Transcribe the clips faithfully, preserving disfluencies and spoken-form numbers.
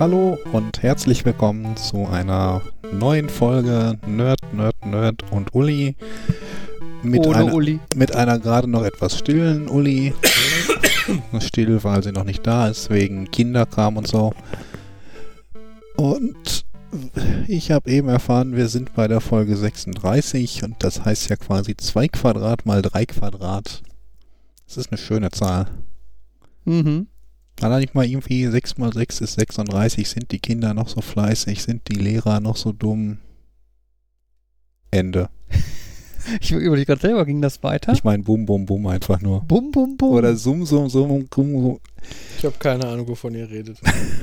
Hallo und herzlich willkommen zu einer neuen Folge Nerd, Nerd, Nerd und Uli. Mit Ohne einer, Uli. Mit einer gerade noch etwas stillen Uli. Still, weil sie noch nicht da ist, wegen Kinderkram und so. Und ich habe eben erfahren, wir sind bei der Folge sechsunddreißig und das heißt ja quasi zwei Quadrat mal drei Quadrat. Das ist eine schöne Zahl. Mhm. Allein mal irgendwie sechs mal sechs ist sechsunddreißig. Sind die Kinder noch so fleißig? Sind die Lehrer noch so dumm? Ende. Ich überlege gerade selber, ging das weiter? Ich meine bum, bum, bum einfach nur. Bum, bum, bum. Oder sum, sum, sum, sum, sum. Ich habe keine Ahnung, wovon ihr redet.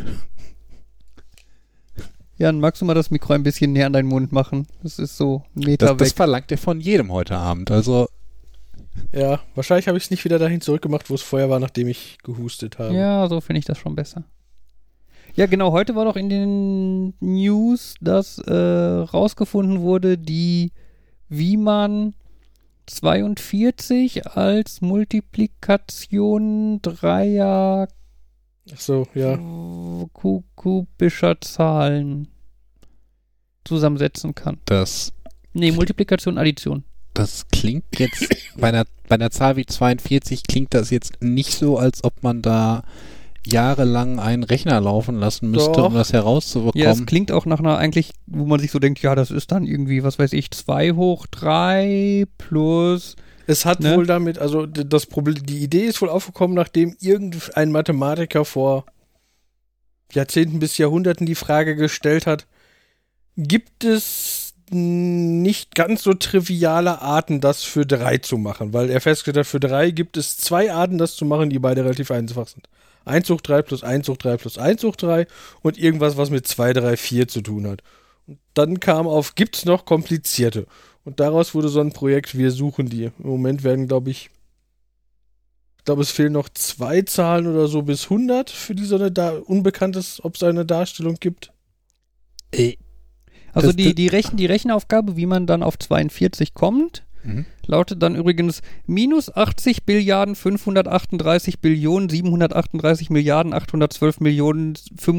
Jan, magst du mal das Mikro ein bisschen näher an deinen Mund machen? Das ist so ein Meter Das, weg. das verlangt er von jedem heute Abend. Also Ja, wahrscheinlich habe ich es nicht wieder dahin zurückgemacht, wo es vorher war, nachdem ich gehustet habe. Ja, so finde ich das schon besser. Ja, genau, heute war doch in den News, dass äh, rausgefunden wurde, die, wie man zweiundvierzig als Multiplikation dreier Ach so, ja. ku- kubischer Zahlen zusammensetzen kann. das, Nee, Multiplikation, Addition. das klingt jetzt, bei einer, bei einer Zahl wie zweiundvierzig klingt das jetzt nicht so, als ob man da jahrelang einen Rechner laufen lassen müsste, Doch. um das herauszubekommen. Ja, es klingt auch nach einer eigentlich, wo man sich so denkt, ja, das ist dann irgendwie, was weiß ich, zwei hoch drei plus, Es hat Ne? wohl damit, also d- das Problem, die Idee ist wohl aufgekommen, nachdem irgendein Mathematiker vor Jahrzehnten bis Jahrhunderten die Frage gestellt hat, gibt es nicht ganz so triviale Arten, das für drei zu machen? Weil er festgestellt hat, für drei gibt es zwei Arten, das zu machen, die beide relativ einfach sind. eins hoch drei plus eins hoch drei plus eins hoch drei und irgendwas, was mit zwei, drei, vier zu tun hat. Und dann kam auf, gibt's noch komplizierte? Und daraus wurde so ein Projekt, wir suchen die. Im Moment werden, glaube ich, ich glaube, es fehlen noch zwei Zahlen oder so bis hundert, für die so eine da unbekanntes, ob es eine Darstellung gibt. Äh, also Das- die, das- die, Rechen, die Rechenaufgabe, wie man dann auf zweiundvierzig kommt, mhm. lautet dann übrigens minus achtzig Billiarden fünfhundertachtunddreißig Billionen siebenhundertachtunddreißig Milliarden achthundertzwölf Millionen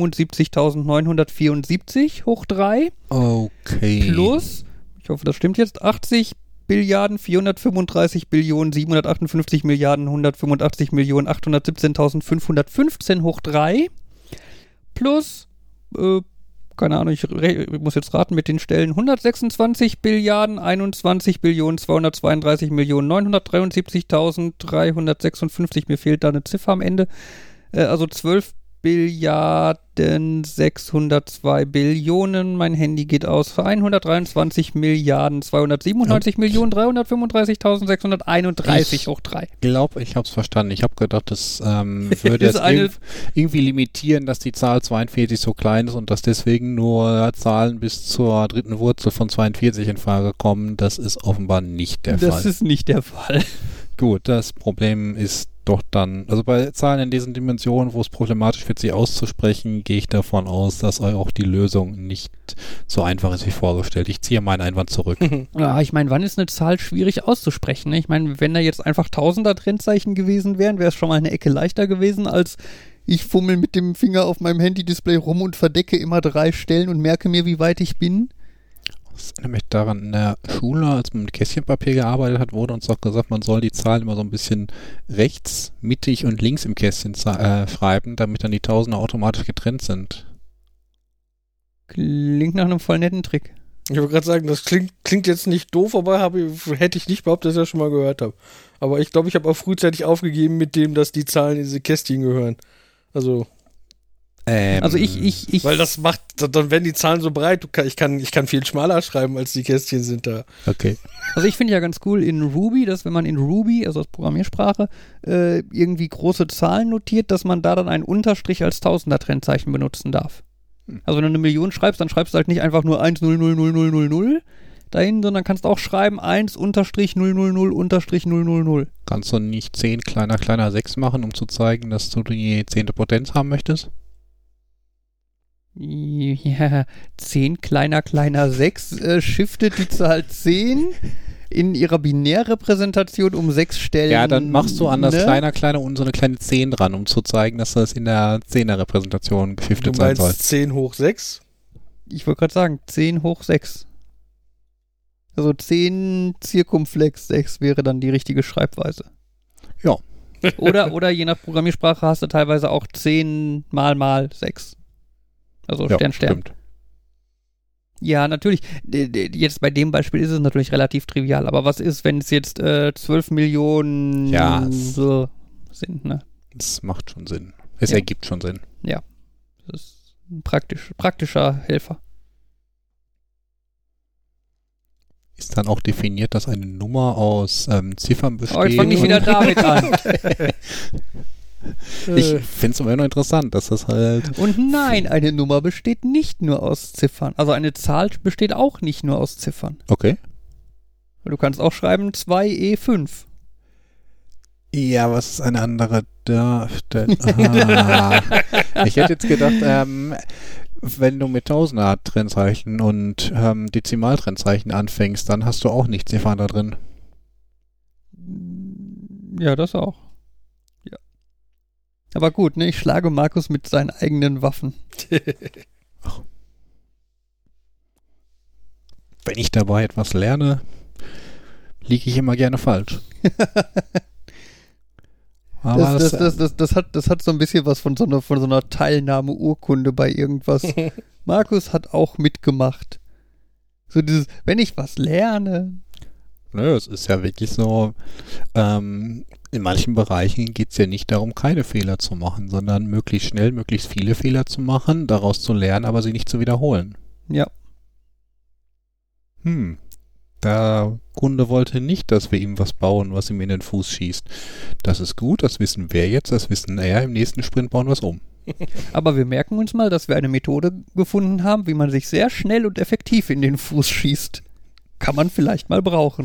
fünfundsiebzigtausendneunhundertvierundsiebzig hoch drei Okay. plus, ich hoffe, das stimmt jetzt, achtzig Billiarden vierhundertfünfunddreißig Billionen siebenhundertachtundfünfzig Milliarden hundertfünfundachtzig Millionen achthundertsiebzehntausendfünfhundertfünfzehn hoch drei plus, äh, keine Ahnung, ich, re- ich muss jetzt raten mit den Stellen, hundertsechsundzwanzig Billiarden einundzwanzig Billionen zweihundertzweiunddreißig Millionen neunhundertdreiundsiebzigtausenddreihundertsechsundfünfzig, mir fehlt da eine Ziffer am Ende, äh, also zwölf Billiarden sechshundertzwei Billionen, mein Handy geht aus, für hundertdreiundzwanzig Milliarden zweihundertsiebenundneunzig Millionen dreihundertfünfunddreißigtausendsechshunderteinunddreißig Ich- hoch drei. Ich glaube, ich habe es verstanden. Ich habe gedacht, das ähm, würde Ist jetzt eine- irg irgendwie limitieren, dass die Zahl zweiundvierzig so klein ist und dass deswegen nur Zahlen bis zur dritten Wurzel von zweiundvierzig in Frage kommen. Das ist offenbar nicht der Das Fall. ist nicht der Fall. Gut, das Problem ist doch dann, also bei Zahlen in diesen Dimensionen, wo es problematisch wird, sie auszusprechen, gehe ich davon aus, dass auch die Lösung nicht so einfach ist wie vorgestellt. Ich ziehe meinen Einwand zurück. Ja, ich meine, wann ist eine Zahl schwierig auszusprechen? Ne? Ich meine, wenn da jetzt einfach Tausender-Trennzeichen gewesen wären, wäre es schon mal eine Ecke leichter gewesen, als ich fummel mit dem Finger auf meinem Handy-Display rum und verdecke immer drei Stellen und merke mir, wie weit ich bin. Das erinnert mich daran, in der Schule, als man mit Kästchenpapier gearbeitet hat, wurde uns auch gesagt, man soll die Zahlen immer so ein bisschen rechts, mittig und links im Kästchen äh, schreiben, damit dann die Tausender automatisch getrennt sind. Klingt nach einem voll netten Trick. Ich wollte gerade sagen, das klingt, klingt jetzt nicht doof, aber hab, ich- hätte ich nicht behauptet, dass ich das schon mal gehört habe. Aber ich glaube, ich habe auch frühzeitig aufgegeben mit dem, dass die Zahlen in diese Kästchen gehören. Also, Ähm, Also ich, ich, ich, weil das macht, dann werden die Zahlen so breit, du kann, ich, kann, ich kann viel schmaler schreiben, als die Kästchen sind da. Okay. also ich finde ja ganz cool in Ruby, dass wenn man in Ruby, also als Programmiersprache, äh, irgendwie große Zahlen notiert, dass man da dann einen Unterstrich als Tausender-Trennzeichen benutzen darf. Hm. Also wenn du eine Million schreibst, dann schreibst du halt nicht einfach nur eins null null null null null null dahin, sondern kannst auch schreiben eins Unterstrich null null null Unterstrich null null null. Kannst du nicht zehn kleiner, kleiner sechs machen, um zu zeigen, dass du die zehnte Potenz haben möchtest? Ja, zehn kleiner, kleiner sechs äh, shiftet die Zahl zehn in ihrer Binärrepräsentation um sechs Stellen. Ja, dann machst du an das ne? kleiner, kleiner und so eine kleine zehn dran, um zu zeigen, dass das in der Zehner-Repräsentation geschiftet sein soll. zehn hoch sechs? Ich wollte gerade sagen, zehn hoch sechs. Also zehn Zirkumflex sechs wäre dann die richtige Schreibweise. Ja. Oder, oder je nach Programmiersprache hast du teilweise auch zehn mal mal sechs. Also Ja, Stern, Stern. stimmt. Ja, natürlich. D- d- Jetzt bei dem Beispiel ist es natürlich relativ trivial. Aber was ist, wenn es jetzt äh, zwölf Millionen Ja, es- so sind, ne? Das macht schon Sinn. Es Ja. ergibt schon Sinn. Das ist ein praktisch, praktischer Helfer. Ist dann auch definiert, dass eine Nummer aus ähm, Ziffern besteht. Oh, jetzt fang nicht und- wieder damit an. Ich finde es immer noch interessant, dass das halt... Und nein, eine Nummer besteht nicht nur aus Ziffern. Also eine Zahl besteht auch nicht nur aus Ziffern. Okay. Du kannst auch schreiben zwei E fünf. Ja, was ist eine andere Darstellung? Ah. Ich hätte jetzt gedacht, ähm, wenn du mit Tausender-Trennzeichen und ähm, Dezimaltrennzeichen anfängst, dann hast du auch nicht Ziffern da drin. Ja, das auch. Ja. Aber gut, ne, ich schlage Markus mit seinen eigenen Waffen. Wenn ich dabei etwas lerne, liege ich immer gerne falsch. Aber Das, das, das, das, das, das, hat, das hat so ein bisschen was von so einer, von so einer Teilnahmeurkunde bei irgendwas. Markus hat auch mitgemacht. So dieses, wenn ich was lerne. Nö, es ist ja wirklich so, ähm, in manchen Bereichen geht es ja nicht darum, keine Fehler zu machen, sondern möglichst schnell, möglichst viele Fehler zu machen, daraus zu lernen, aber sie nicht zu wiederholen. Ja. Hm, der Kunde wollte nicht, dass wir ihm was bauen, was ihm in den Fuß schießt. Das ist gut, das wissen wir jetzt, das wissen er, im nächsten Sprint bauen wir es um. Aber wir merken uns mal, dass wir eine Methode gefunden haben, wie man sich sehr schnell und effektiv in den Fuß schießt. Kann man vielleicht mal brauchen.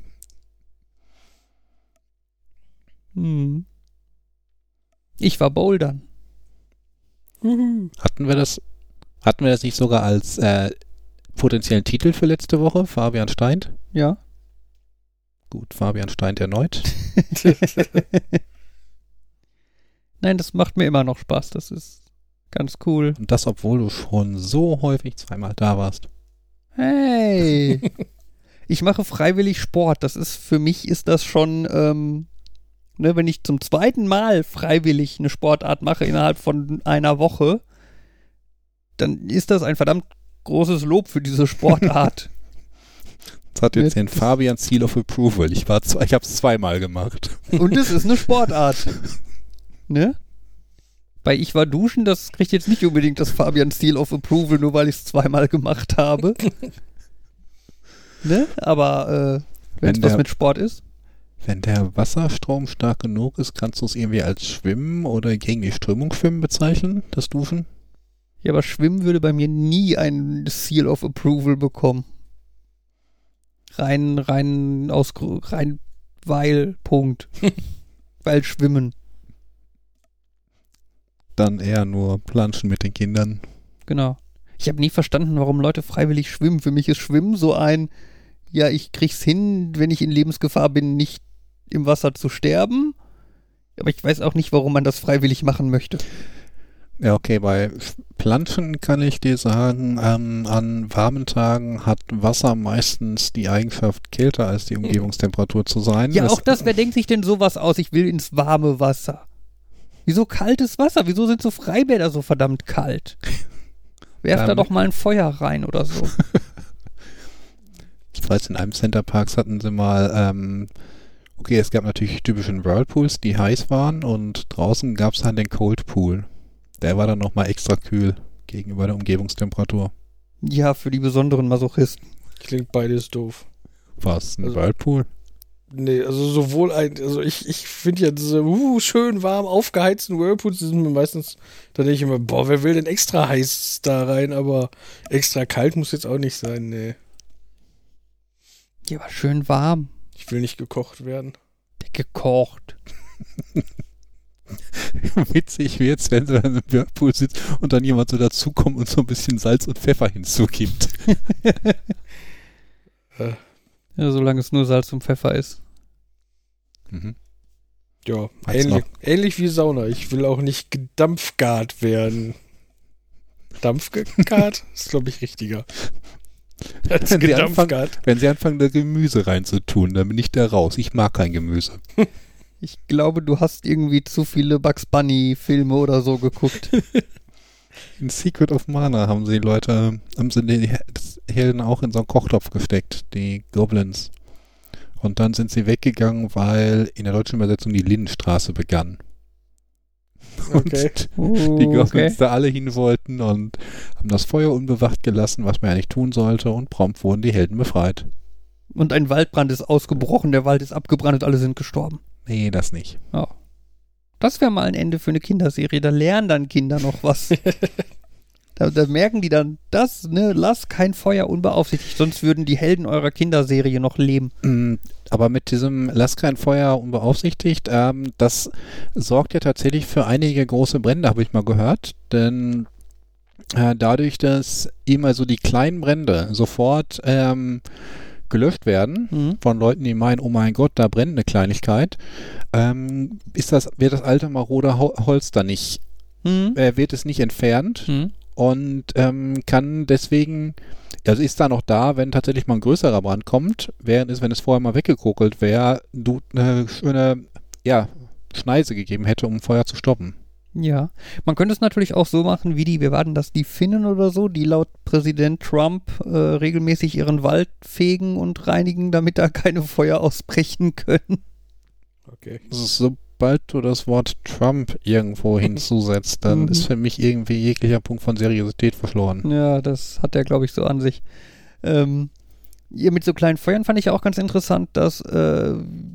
hm. Ich war bouldern. Hatten wir das, hatten wir das nicht sogar als äh, potenziellen Titel für letzte Woche? Fabian Steint? Ja. Gut, Fabian Steint erneut. Nein, das macht mir immer noch Spaß. Das ist ganz cool. Und das, obwohl du schon so häufig zweimal da warst. Hey! Ich mache freiwillig Sport. Das ist, für mich ist das schon, ähm, ne, wenn ich zum zweiten Mal freiwillig eine Sportart mache innerhalb von einer Woche, dann ist das ein verdammt großes Lob für diese Sportart. Das hat jetzt den Fabian Seal of Approval. Ich war zwei, ich habe es zweimal gemacht. Und es ist eine Sportart. Ne? Bei Ich war duschen, das kriegt jetzt nicht unbedingt das Fabian Seal of Approval, nur weil ich es zweimal gemacht habe. Ne? Aber äh, wenn es was mit Sport ist. Wenn der Wasserstrom stark genug ist, kannst du es irgendwie als Schwimmen oder gegen die Strömung schwimmen bezeichnen, das Duschen? Ja, aber Schwimmen würde bei mir nie ein Seal of Approval bekommen. Rein, rein, aus, rein, weil, Punkt. Weil Schwimmen. Dann eher nur Planschen mit den Kindern. Genau. Ich habe nie verstanden, warum Leute freiwillig schwimmen. Für mich ist Schwimmen so ein, ja, ich krieg's hin, wenn ich in Lebensgefahr bin, nicht im Wasser zu sterben. Aber ich weiß auch nicht, warum man das freiwillig machen möchte. Ja, okay, bei Planschen kann ich dir sagen, ähm, an warmen Tagen hat Wasser meistens die Eigenschaft, kälter als die Umgebungstemperatur zu sein. Ja, auch das, wer denkt sich denn sowas aus? Ich will ins warme Wasser. Wieso kaltes Wasser? Wieso sind so Freibäder so verdammt kalt? Werf da Damit- doch mal ein Feuer rein oder so. Ich weiß, in einem Centerparks hatten sie mal, ähm, okay, es gab natürlich typischen Whirlpools, die heiß waren, und draußen gab es dann den Cold Pool. Der war dann nochmal extra kühl gegenüber der Umgebungstemperatur. Ja, für die besonderen Masochisten. Klingt beides doof. Was, ein Also- Whirlpool? Nee, also sowohl ein, also ich, ich finde ja diese uh, schön warm aufgeheizten Whirlpools, die sind mir meistens, da denke ich immer, boah, wer will denn extra heiß da rein, aber extra kalt muss jetzt auch nicht sein, nee. Ja, aber schön warm. Ich will nicht gekocht werden. Gekocht. Witzig wird's, wenn du dann im Whirlpool sitzt und dann jemand so dazukommt und so ein bisschen Salz und Pfeffer hinzugibt. Äh, Ja, solange es nur Salz und Pfeffer ist. Mhm. Ja, Hat's ähnlich, noch. ähnlich wie Sauna. Ich will auch nicht gedampfgart werden. Dampfgart ist, glaube ich, richtiger. Als Wenn sie, anfangen, gedampfgart. wenn sie anfangen, da Gemüse reinzutun, dann bin ich da raus. Ich mag kein Gemüse. Ich glaube, du hast irgendwie zu viele Bugs Bunny-Filme oder so geguckt. In Secret of Mana haben sie die Leute, haben sie die Helden auch in so einen Kochtopf gesteckt, die Goblins. Und dann sind sie weggegangen, weil in der deutschen Übersetzung die Lindenstraße begann. Okay. Und Oh, die Goblins okay. da alle hin wollten und haben das Feuer unbewacht gelassen, was man ja nicht tun sollte, und prompt wurden die Helden befreit. Und ein Waldbrand ist ausgebrochen, der Wald ist abgebrannt und alle sind gestorben. Nee, das nicht. Ja. Das wäre mal ein Ende für eine Kinderserie. Da lernen dann Kinder noch was. da, da merken die dann, das, ne, lass kein Feuer unbeaufsichtigt, sonst würden die Helden eurer Kinderserie noch leben. Mm, Aber mit diesem Lass kein Feuer unbeaufsichtigt, ähm, das sorgt ja tatsächlich für einige große Brände, habe ich mal gehört. Denn äh, dadurch, dass immer so die kleinen Brände sofort ähm, gelöscht werden, Mhm. von Leuten, die meinen, oh mein Gott, da brennt eine Kleinigkeit, ähm, ist das, wird das alte marode Ho- Holz dann nicht, Mhm. äh, wird es nicht entfernt Mhm. und ähm, kann deswegen, also ist da noch da, wenn tatsächlich mal ein größerer Brand kommt, während es, wenn es vorher mal weggekokelt wäre, du eine schöne, ja, Schneise gegeben hätte, um Feuer zu stoppen. Ja, man könnte es natürlich auch so machen, wie die, wir waren das, die Finnen oder so, die laut Präsident Trump äh, regelmäßig ihren Wald fegen und reinigen, damit da keine Feuer ausbrechen können. Okay. Also sobald du das Wort Trump irgendwo hinzusetzt, dann Mhm. ist für mich irgendwie jeglicher Punkt von Seriosität verschloren. Ja, das hat er, glaube ich, so an sich. Ähm, ja, mit so kleinen Feuern fand ich ja auch ganz interessant, dass äh,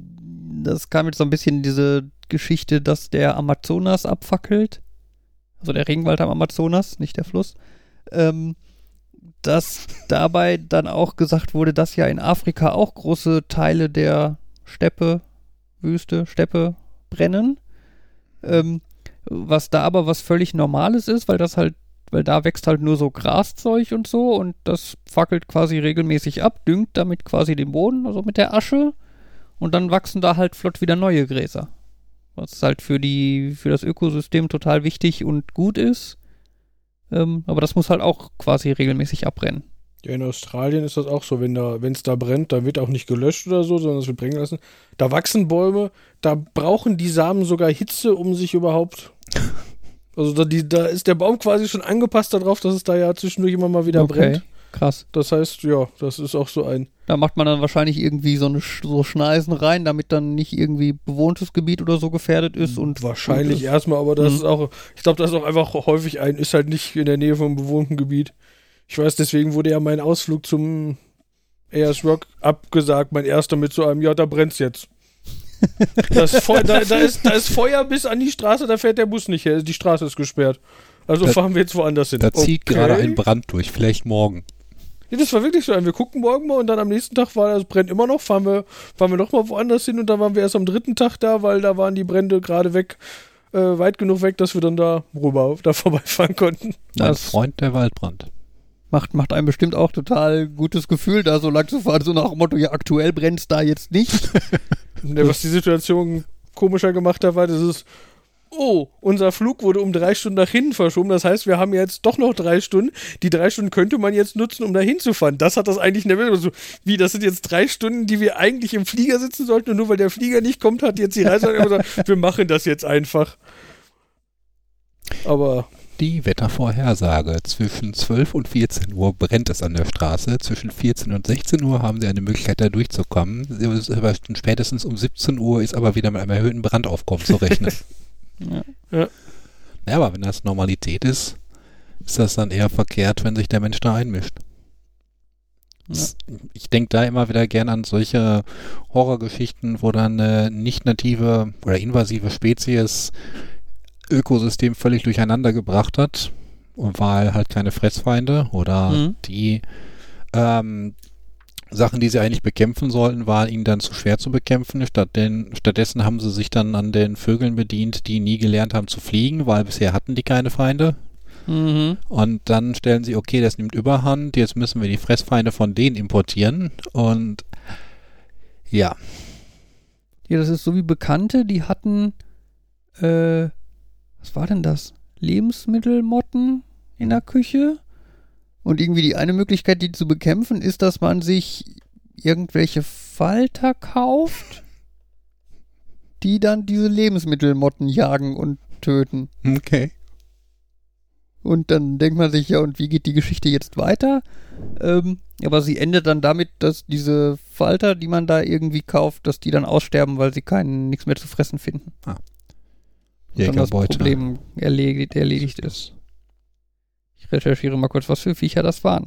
das kam jetzt so ein bisschen in diese Geschichte, dass der Amazonas abfackelt. Also der Regenwald am Amazonas, nicht der Fluss. Ähm, dass dabei dann auch gesagt wurde, dass ja in Afrika auch große Teile der Steppe, Wüste, Steppe brennen. Ähm, was da aber was völlig Normales ist, weil das halt, weil da wächst halt nur so Graszeug und so und das fackelt quasi regelmäßig ab, düngt damit quasi den Boden, also mit der Asche, und dann wachsen da halt flott wieder neue Gräser. Was halt für die, für das Ökosystem total wichtig und gut ist. Ähm, aber das muss halt auch quasi regelmäßig abbrennen. Ja, in Australien ist das auch so, wenn da, wenn es da brennt, da wird auch nicht gelöscht oder so, sondern es wird brennen lassen. Da wachsen Bäume, da brauchen die Samen sogar Hitze, um sich überhaupt. Also da, die, da ist der Baum quasi schon angepasst darauf, dass es da ja zwischendurch immer mal wieder brennt. Krass. Das heißt, ja, das ist auch so ein. Da macht man dann wahrscheinlich irgendwie so, eine, Sch- so Schneisen rein, damit dann nicht irgendwie bewohntes Gebiet oder so gefährdet ist. Und Wahrscheinlich und, erstmal, aber das Mhm. ist auch, ich glaube, das ist auch einfach häufig ein, ist halt nicht in der Nähe vom bewohnten Gebiet. Ich weiß, deswegen wurde ja mein Ausflug zum Ayers Rock abgesagt, mein erster mit so einem, ja, da brennt's jetzt. Das Feu- da, da, ist, da ist Feuer bis an die Straße, da fährt der Bus nicht her, die Straße ist gesperrt. Also Da- fahren wir jetzt woanders hin. Da zieht Okay. gerade ein Brand durch, vielleicht morgen. Ja, das war wirklich so ein, wir gucken morgen mal und dann am nächsten Tag war das brennt immer noch, fahren wir, fahren wir noch mal woanders hin und dann waren wir erst am dritten Tag da, weil da waren die Brände gerade weg, äh, weit genug weg, dass wir dann da rüber, da vorbeifahren konnten. Mein Das- Freund, der Waldbrand. macht, macht einem bestimmt auch total gutes Gefühl, da so lang zu fahren, so nach dem Motto, ja, aktuell brennt's da jetzt nicht. Ne, was die Situation komischer gemacht hat, war dieses, oh, unser Flug wurde um drei Stunden nach hinten verschoben. Das heißt, wir haben jetzt doch noch drei Stunden. Die drei Stunden könnte man jetzt nutzen, um da hinzufahren. Das hat das eigentlich in der Welt. Also, wie, das sind jetzt drei Stunden, die wir eigentlich im Flieger sitzen sollten und nur weil der Flieger nicht kommt, hat jetzt die Reise gesagt, wir machen das jetzt einfach. Aber Die Wettervorhersage. Zwischen zwölf und vierzehn Uhr brennt es an der Straße. Zwischen vierzehn und sechzehn Uhr haben sie eine Möglichkeit, da durchzukommen. Spätestens um siebzehn Uhr ist aber wieder mit einem erhöhten Brandaufkommen zu rechnen. Ja. Ja. Ja, aber wenn das Normalität ist, ist das dann eher verkehrt, wenn sich der Mensch da einmischt. Ja. Ich denke da immer wieder gern an solche Horrorgeschichten, wo dann eine nicht native oder invasive Spezies Ökosystem völlig durcheinander gebracht hat, weil halt keine Fressfeinde oder Mhm. die ähm, Sachen, die sie eigentlich bekämpfen sollten, waren ihnen dann zu schwer zu bekämpfen. Statt den, stattdessen haben sie sich dann an den Vögeln bedient, die nie gelernt haben zu fliegen, weil bisher hatten die keine Feinde. Mhm. Und dann stellen sie, okay, das nimmt Überhand, jetzt müssen wir die Fressfeinde von denen importieren. Und Ja. Ja, das ist so wie Bekannte, die hatten, äh, was war denn das? Lebensmittelmotten in der Küche. Und irgendwie die eine Möglichkeit, die zu bekämpfen, ist, dass man sich irgendwelche Falter kauft, die dann diese Lebensmittelmotten jagen und töten. Okay. Und dann denkt man sich, ja, und wie geht die Geschichte jetzt weiter? Ähm, aber sie endet dann damit, dass diese Falter, die man da irgendwie kauft, dass die dann aussterben, weil sie keinen nichts mehr zu fressen finden. Ah. Und dann das Jägerbeute. Problem erledigt, erledigt ist. Ich recherchiere mal kurz, was für Viecher das waren.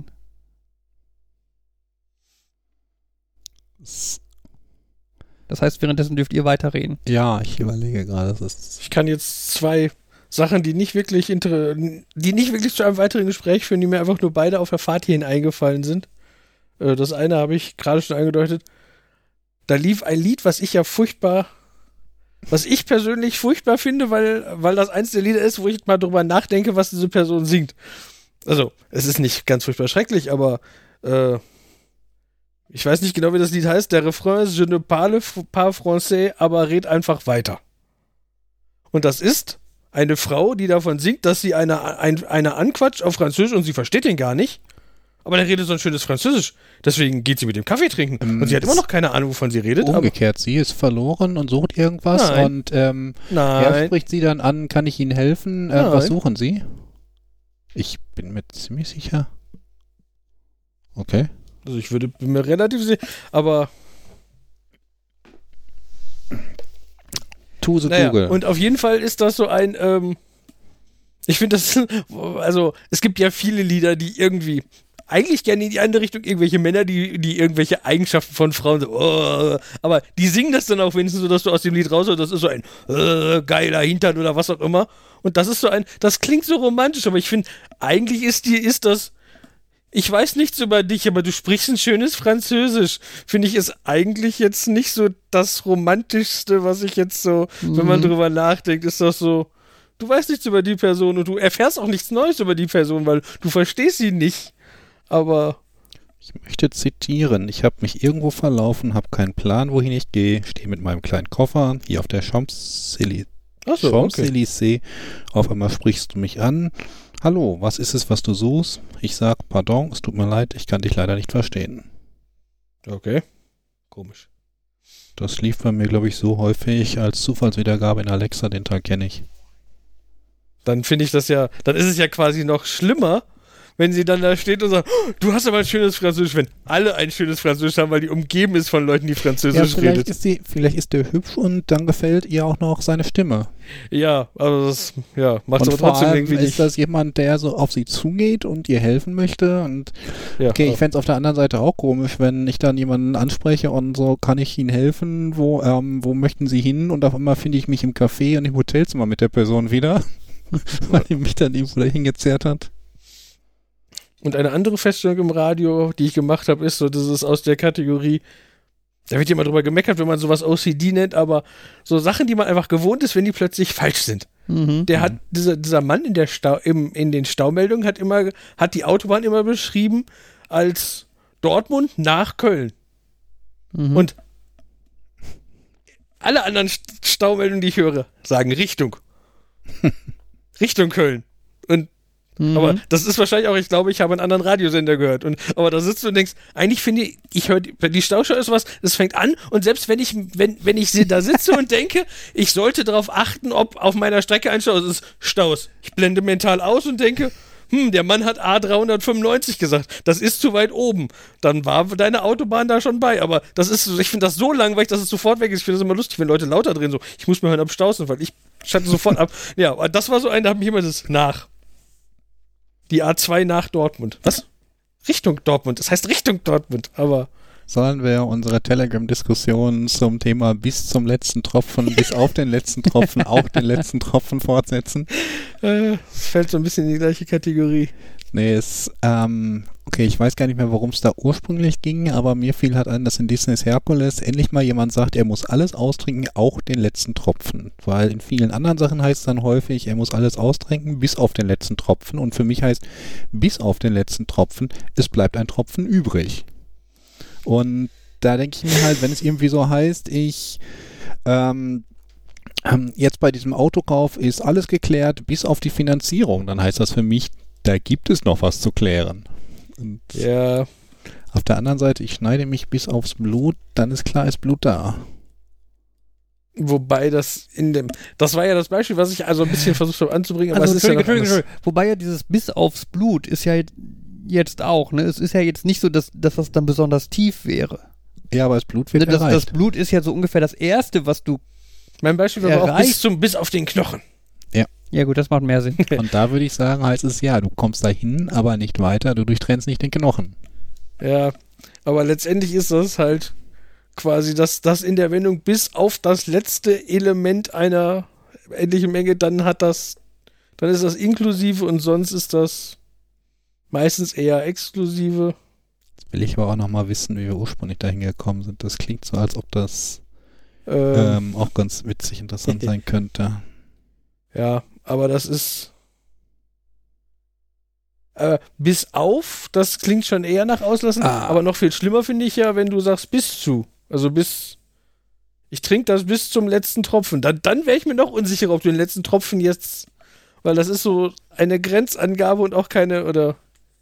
Das heißt, währenddessen dürft ihr weiterreden. Ja, ich überlege gerade, das ist... Ich kann jetzt zwei Sachen, die nicht wirklich inter die nicht wirklich zu einem weiteren Gespräch führen, die mir einfach nur beide auf der Fahrt hierhin eingefallen sind. Äh, das eine habe ich gerade schon angedeutet. Da lief ein Lied, was ich ja furchtbar, was ich persönlich furchtbar finde, weil, weil das eins der Lieder ist, wo ich mal drüber nachdenke, was diese Person singt. Also, es ist nicht ganz furchtbar schrecklich, aber äh, ich weiß nicht genau, wie das Lied heißt. Der Refrain ist Je ne parle pas français, aber red einfach weiter. Und das ist eine Frau, die davon singt, dass sie eine, ein, eine anquatscht auf Französisch und sie versteht den gar nicht. Aber der redet so ein schönes Französisch. Deswegen geht sie mit dem Kaffee trinken. Ähm, und sie hat immer noch keine Ahnung, wovon sie redet. Umgekehrt, sie ist verloren und sucht irgendwas. Nein. Und ähm, Nein. er spricht sie dann an, kann ich Ihnen helfen? Äh, Nein. was suchen Sie? Ich bin mir ziemlich sicher. Okay. Also ich würde bin mir relativ sicher, aber Tu so naja, Google. und auf jeden Fall ist das so ein, ähm, ich finde das, also es gibt ja viele Lieder, die irgendwie eigentlich gerne in die andere Richtung, irgendwelche Männer, die, die irgendwelche Eigenschaften von Frauen so, oh, aber die singen das dann auch wenigstens so, dass du aus dem Lied raushörst, das ist so ein äh, geiler Hintern oder was auch immer. Und das ist so ein, das klingt so romantisch, aber ich finde, eigentlich ist die, ist das, ich weiß nichts über dich, aber du sprichst ein schönes Französisch. Finde ich, ist eigentlich jetzt nicht so das Romantischste, was ich jetzt so, mhm. wenn man drüber nachdenkt, ist das so, du weißt nichts über die Person und du erfährst auch nichts Neues über die Person, weil du verstehst sie nicht. Aber ich möchte zitieren. Ich habe mich irgendwo verlaufen, habe keinen Plan, wohin ich gehe, stehe mit meinem kleinen Koffer hier auf der Champs-Élysées. So, Champs-Élysées. Okay. Auf einmal sprichst du mich an. Hallo, was ist es, was du suchst? Ich sag, pardon, es tut mir leid, ich kann dich leider nicht verstehen. Okay. Komisch. Das lief bei mir, glaube ich, so häufig als Zufallswiedergabe in Alexa, den Tag kenne ich. Dann finde ich das ja, dann ist es ja quasi noch schlimmer, wenn sie dann da steht und sagt, oh, du hast aber ein schönes Französisch, wenn alle ein schönes Französisch haben, weil die umgeben ist von Leuten, die Französisch ja, vielleicht redet. Ist die, vielleicht ist der hübsch und dann gefällt ihr auch noch seine Stimme. Ja, aber das ja, macht es aber vor trotzdem allem irgendwie ist nicht. das jemand, der so auf sie zugeht und ihr helfen möchte und ja, okay, ich fände es auf der anderen Seite auch komisch, wenn ich dann jemanden anspreche und so, kann ich Ihnen helfen, wo, ähm, wo möchten Sie hin und auf einmal finde ich mich im Café und im Hotelzimmer mit der Person wieder, weil die mich dann irgendwo dahin gezerrt hat. Und eine andere Feststellung im Radio, die ich gemacht habe, ist so, das ist aus der Kategorie, da wird ja immer drüber gemeckert, wenn man sowas O C D nennt, aber so Sachen, die man einfach gewohnt ist, wenn die plötzlich falsch sind. Mhm. Der hat, dieser, dieser Mann in der Stau, im, in den Staumeldungen hat immer, hat die Autobahn immer beschrieben als Dortmund nach Köln. Mhm. Und alle anderen Staumeldungen, die ich höre, sagen Richtung. Richtung Köln. Und Mhm. Aber das ist wahrscheinlich auch, ich glaube, ich habe einen anderen Radiosender gehört. Und, aber da sitzt du und denkst, eigentlich finde ich, ich höre, die Stauschau ist was, das fängt an und selbst wenn ich, wenn, wenn ich da sitze und denke, ich sollte darauf achten, ob auf meiner Strecke ein Stau ist, ist Staus. Ich blende mental aus und denke, hm, der Mann hat A dreihundertfünfundneunzig gesagt, das ist zu weit oben. Dann war deine Autobahn da schon bei, aber das ist, ich finde das so langweilig, dass es sofort weg ist. Ich finde das immer lustig, wenn Leute lauter drehen, so, ich muss mir hören, ab Stau sind, weil ich schalte sofort ab. Ja, das war so ein, da hat mich immer das nach. Die A zwei nach Dortmund. Was? Richtung Dortmund. Das heißt Richtung Dortmund, aber... Sollen wir unsere Telegram-Diskussion zum Thema bis zum letzten Tropfen, bis auf den letzten Tropfen, auch den letzten Tropfen fortsetzen? Äh, es fällt so ein bisschen in die gleiche Kategorie. Nee, es, ähm, okay, ich weiß gar nicht mehr, worum es da ursprünglich ging, aber mir fiel halt ein, dass in Disneys Herkules endlich mal jemand sagt, er muss alles austrinken, auch den letzten Tropfen. Weil in vielen anderen Sachen heißt es dann häufig, er muss alles austrinken, bis auf den letzten Tropfen. Und für mich heißt, bis auf den letzten Tropfen, es bleibt ein Tropfen übrig. Und da denke ich mir halt, wenn es irgendwie so heißt, ich ähm, ähm, jetzt bei diesem Autokauf ist alles geklärt, bis auf die Finanzierung, dann heißt das für mich, da gibt es noch was zu klären. Und Ja, auf der anderen Seite, ich schneide mich bis aufs Blut, dann ist klar, ist Blut da. wobei das in dem, das war ja das Beispiel, was ich also ein bisschen versucht habe anzubringen, aber Also, es ist ja Entschuldigung, noch Entschuldigung, alles- Entschuldigung. Wobei ja dieses bis aufs Blut ist ja jetzt auch, ne? Es ist ja jetzt nicht so, dass, dass das dann besonders tief wäre. Ja, aber das Blut wird Ne, das, das erreicht. Blut ist ja so ungefähr das Erste, was du. Mein Beispiel war aber auch Erreicht. bis zum, bis auf den Knochen. Ja, gut, das macht mehr Sinn. Und da würde ich sagen, heißt es ja, du kommst dahin, aber nicht weiter, du durchtrennst nicht den Knochen. Ja, aber letztendlich ist das halt quasi das, das in der Wendung bis auf das letzte Element einer endlichen Menge, dann hat das, dann ist das inklusive und sonst ist das meistens eher exklusive. Jetzt will ich aber auch nochmal wissen, wie wir ursprünglich dahin gekommen sind. Das klingt so, als ob das Ähm, ähm, auch ganz witzig interessant sein könnte. Ja, aber das ist äh, bis auf, das klingt schon eher nach Auslassen, Ah. aber noch viel schlimmer finde ich ja, wenn du sagst bis zu. Also bis, ich trinke das bis zum letzten Tropfen. Dann, dann wäre ich mir noch unsicher, ob du den letzten Tropfen jetzt, weil das ist so eine Grenzangabe und auch keine, oder,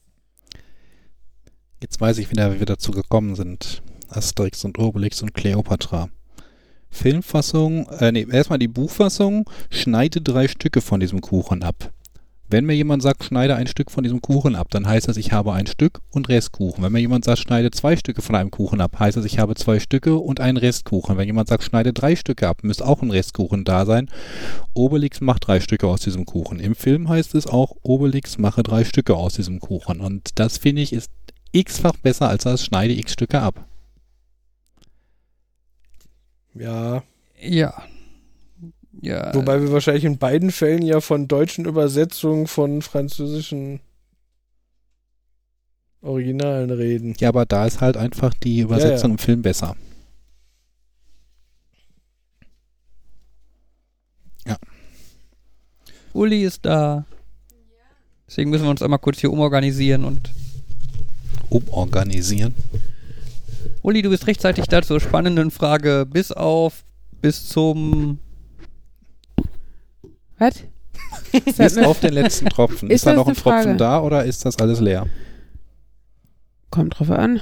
Jetzt weiß ich wieder, wie wir dazu gekommen sind. Asterix und Obelix und Kleopatra. Filmfassung, äh, nee, erstmal die Buchfassung, schneide drei Stücke von diesem Kuchen ab. Wenn mir jemand sagt, schneide ein Stück von diesem Kuchen ab, dann heißt das, ich habe ein Stück und Restkuchen. Wenn mir jemand sagt, schneide zwei Stücke von einem Kuchen ab, heißt das, ich habe zwei Stücke und einen Restkuchen. Wenn jemand sagt, schneide drei Stücke ab, müsste auch ein Restkuchen da sein. Obelix macht drei Stücke aus diesem Kuchen. Im Film heißt es auch, Obelix mache drei Stücke aus diesem Kuchen. Und das, finde ich, ist x-fach besser als das schneide x Stücke ab. ja. Ja. Ja. Wobei wir wahrscheinlich in beiden Fällen ja von deutschen Übersetzungen von französischen Originalen reden. Ja, aber da ist halt einfach die Übersetzung Ja, ja. im Film besser. Uli ist da. Deswegen müssen wir uns einmal kurz hier umorganisieren und. Umorganisieren. Uli, du bist rechtzeitig da zur spannenden Frage. Bis auf, bis zum. Was? Ist das Bis eine- auf den letzten Tropfen. Ist Ist da das noch ein eine Frage? Tropfen da oder ist das alles leer? Kommt drauf an.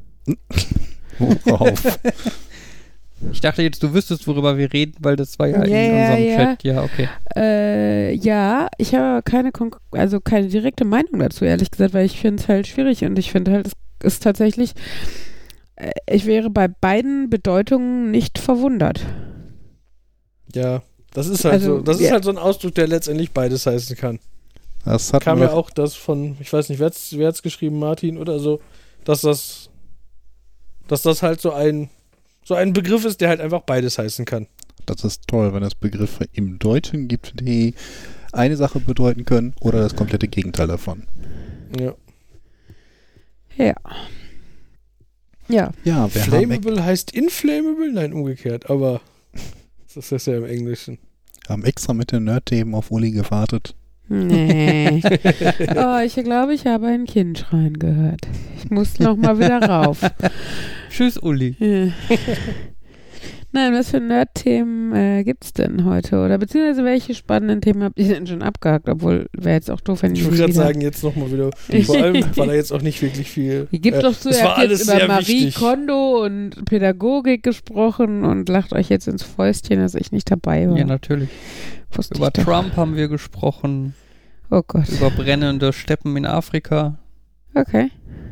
Worauf? Ich dachte jetzt, du wüsstest, worüber wir reden, weil das war ja, Ja, in ja, unserem ja. Chat. Ja, okay. Äh, ja, ich habe keine, Konk- also keine direkte Meinung dazu, ehrlich gesagt, weil ich finde es halt schwierig und ich finde halt, es ist tatsächlich, äh, ich wäre bei beiden Bedeutungen nicht verwundert. Ja, das ist halt Also, so, das ja. ist halt so ein Ausdruck, der letztendlich beides heißen kann. Das hat Kam wir ja auch das von, ich weiß nicht, wer hat's, wer hat's geschrieben, Martin oder so, dass das, dass das halt so ein, so ein Begriff ist, der halt einfach beides heißen kann. Das ist toll, wenn es Begriffe im Deutschen gibt, die eine Sache bedeuten können oder das komplette Gegenteil davon. Ja. Ja. Ja. Ja, wir haben ex- Flammable heißt inflammable? Nein, umgekehrt, aber das ist ja im Englischen. haben extra mit den Nerd-Themen auf Uli gewartet. Nee. Oh, ich glaube, ich habe ein Kind schreien gehört. Ich muss noch mal wieder rauf. Tschüss, Uli. Ja. Nein, was für Nerd-Themen äh, gibt es denn heute? Oder beziehungsweise welche spannenden Themen habt ihr denn schon abgehakt? Obwohl, wäre jetzt auch doof, wenn Ich ich würde nicht gerade wieder... sagen, jetzt nochmal wieder. Vor allem, weil da jetzt auch nicht wirklich viel. Ihr gebt äh, doch zu, es ihr war habt alles jetzt über sehr Marie wichtig. Kondo und Pädagogik gesprochen und lacht euch jetzt ins Fäustchen, dass ich nicht dabei war. Ja, natürlich. Wusste Über ich doch. Trump haben wir gesprochen. Oh Gott. Über brennende Steppen in Afrika. Okay.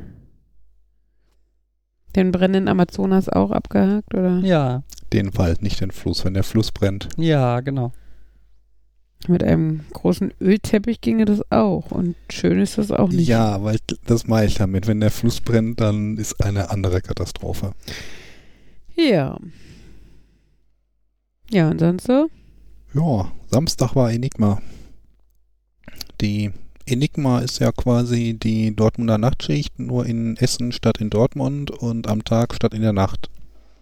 Den brennenden Amazonas auch abgehakt, oder? Ja, Den Wald, nicht den Fluss. Wenn der Fluss brennt, ja, genau. Mit einem großen Ölteppich ginge das auch. Und schön ist das auch nicht. ja, weil das meine ich damit. Wenn der Fluss brennt, dann ist eine andere Katastrophe. Ja. Ja, und sonst so? Ja, Samstag war Enigma. Die Enigma ist ja quasi die Dortmunder Nachtschicht, nur in Essen statt in Dortmund und am Tag statt in der Nacht.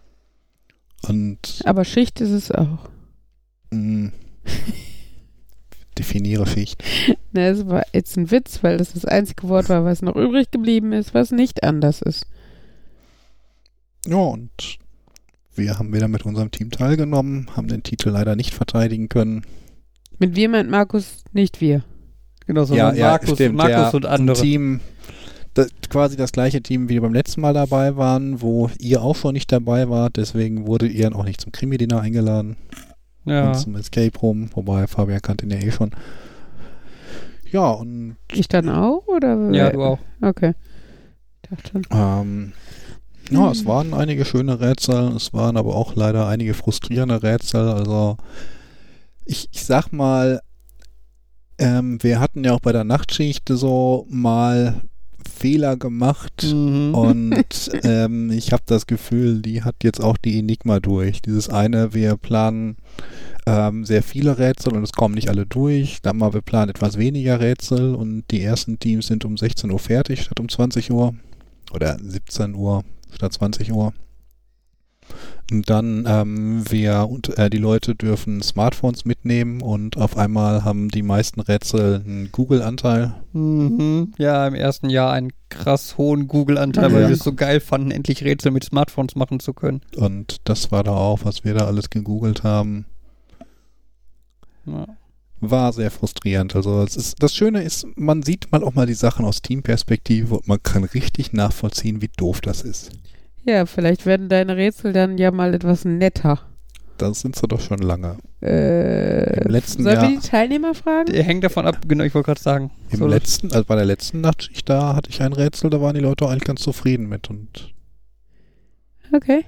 Und Aber Schicht ist es auch. mh, definiere Schicht. Ne, es war jetzt ein Witz, weil das das einzige Wort war, was noch übrig geblieben ist, was nicht anders ist. Ja, und wir haben wieder mit unserem Team teilgenommen, haben den Titel leider nicht verteidigen können. Mit wir meint Markus, nicht wir. Genau, sondern ja, ja, Markus, stimmt, Markus ja, und andere. Ein Team, das, quasi das gleiche Team, wie wir beim letzten Mal dabei waren, wo ihr auch schon nicht dabei wart, deswegen wurdet ihr auch nicht zum Krimi-Dinner eingeladen. Ja. Und zum Escape Room, wobei Fabian kannte ihn ja eh schon. Ja, und Ich dann auch, oder? Ja, du auch. Okay. Ich dachte schon. ähm, ja, es waren einige schöne Rätsel, es waren aber auch leider einige frustrierende Rätsel, also ich, ich sag mal, ähm, wir hatten ja auch bei der Nachtschicht so mal Fehler gemacht Mhm. und ähm, ich habe das Gefühl, die hat jetzt auch die Enigma durch. Dieses eine, wir planen ähm, sehr viele Rätsel und es kommen nicht alle durch. Dann mal, wir planen etwas weniger Rätsel und die ersten Teams sind um sechzehn Uhr fertig statt um zwanzig Uhr oder siebzehn Uhr statt zwanzig Uhr. Und dann ähm, wir und äh, die Leute dürfen Smartphones mitnehmen und auf einmal haben die meisten Rätsel einen Google-Anteil. Mhm. Ja, im ersten Jahr einen krass hohen Google-Anteil, Mhm. weil Ja. wir es so geil fanden, endlich Rätsel mit Smartphones machen zu können. Und das war da auch, was wir da alles gegoogelt haben. Ja. War sehr frustrierend. Also es ist, das Schöne ist, man sieht mal auch mal die Sachen aus Teamperspektive und man kann richtig nachvollziehen, wie doof das ist. Ja, vielleicht werden deine Rätsel dann ja mal etwas netter. Das sind sie doch schon lange. Äh, Im letzten sollen Jahr- wir die Teilnehmer fragen? Der hängt davon ab, genau, ich wollte gerade sagen. Im So, letzten, also bei der letzten Nachtschicht, da hatte ich ein Rätsel, da waren die Leute auch eigentlich ganz zufrieden mit und Okay.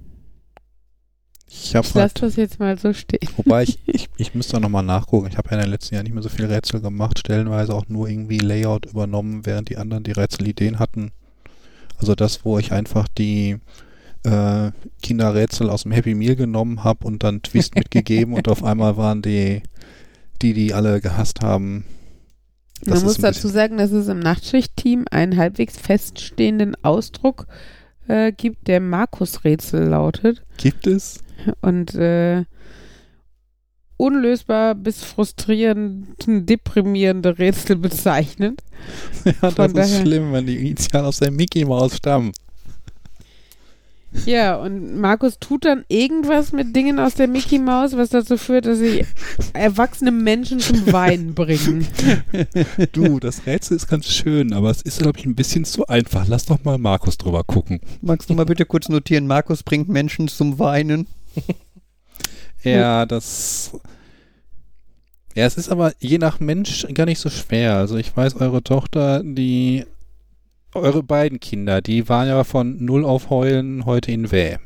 ich habe Ich lasse halt, das jetzt mal so stehen. wobei ich, ich, ich müsste nochmal nachgucken. Ich habe ja in den letzten Jahren nicht mehr so viele Rätsel gemacht, stellenweise auch nur irgendwie Layout übernommen, während die anderen die Rätselideen hatten. Also das, wo ich einfach die äh, Kinderrätsel aus dem Happy Meal genommen habe und dann Twist mitgegeben und auf einmal waren die, die, die alle gehasst haben. Das Man ist muss ein dazu bisschen- sagen, dass es im Nachtschichtteam einen halbwegs feststehenden Ausdruck äh, gibt, der Markus-Rätsel lautet. Gibt es? Und äh, unlösbar bis frustrierend, deprimierende Rätsel bezeichnet. Ja, das Von ist daher- schlimm, wenn die Initialen aus der Mickey Maus stammen. Ja, und Markus tut dann irgendwas mit Dingen aus der Mickey Maus, was dazu führt, dass sie erwachsene Menschen zum Weinen bringen. Du, das Rätsel ist ganz schön, aber es ist, glaube ich, ein bisschen zu einfach. Lass doch mal Markus drüber gucken. magst du mal bitte kurz notieren, Markus bringt Menschen zum Weinen. Ja, das... Ja, es ist aber je nach Mensch gar nicht so schwer. Also ich weiß, eure Tochter, die... Eure beiden Kinder, die waren ja von null auf heulen heute in Wäh.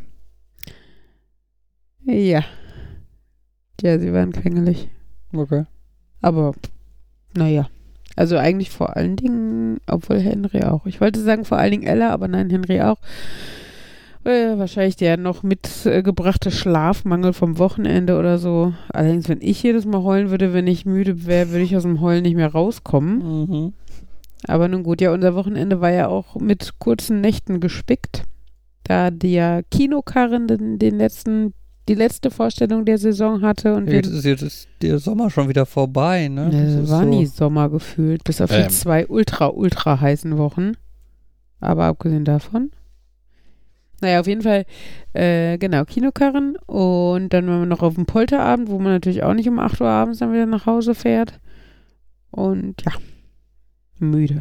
Ja. Ja, sie waren quengelig. Okay. Aber, naja. Also eigentlich vor allen Dingen, obwohl Henry auch. Ich wollte sagen vor allen Dingen Ella, aber nein, Henry auch. Äh, wahrscheinlich der noch mitgebrachte Schlafmangel vom Wochenende oder so. Allerdings, wenn ich jedes Mal heulen würde, wenn ich müde wäre, würde ich aus dem Heulen nicht mehr rauskommen. Mhm. Aber nun gut, ja, unser Wochenende war ja auch mit kurzen Nächten gespickt. Da der Kinokarren den, den letzten, die letzte Vorstellung der Saison hatte und Ja, wir jetzt ist jetzt ist der Sommer schon wieder vorbei, ne? Das Ne, ist war so- nie Sommer gefühlt, bis auf Ähm. die zwei ultra, ultra heißen Wochen. Aber abgesehen davon. Naja, auf jeden Fall, äh, genau, Kinokarren. Und dann waren wir noch auf dem Polterabend, wo man natürlich auch nicht um acht Uhr abends dann wieder nach Hause fährt. Und ja, müde.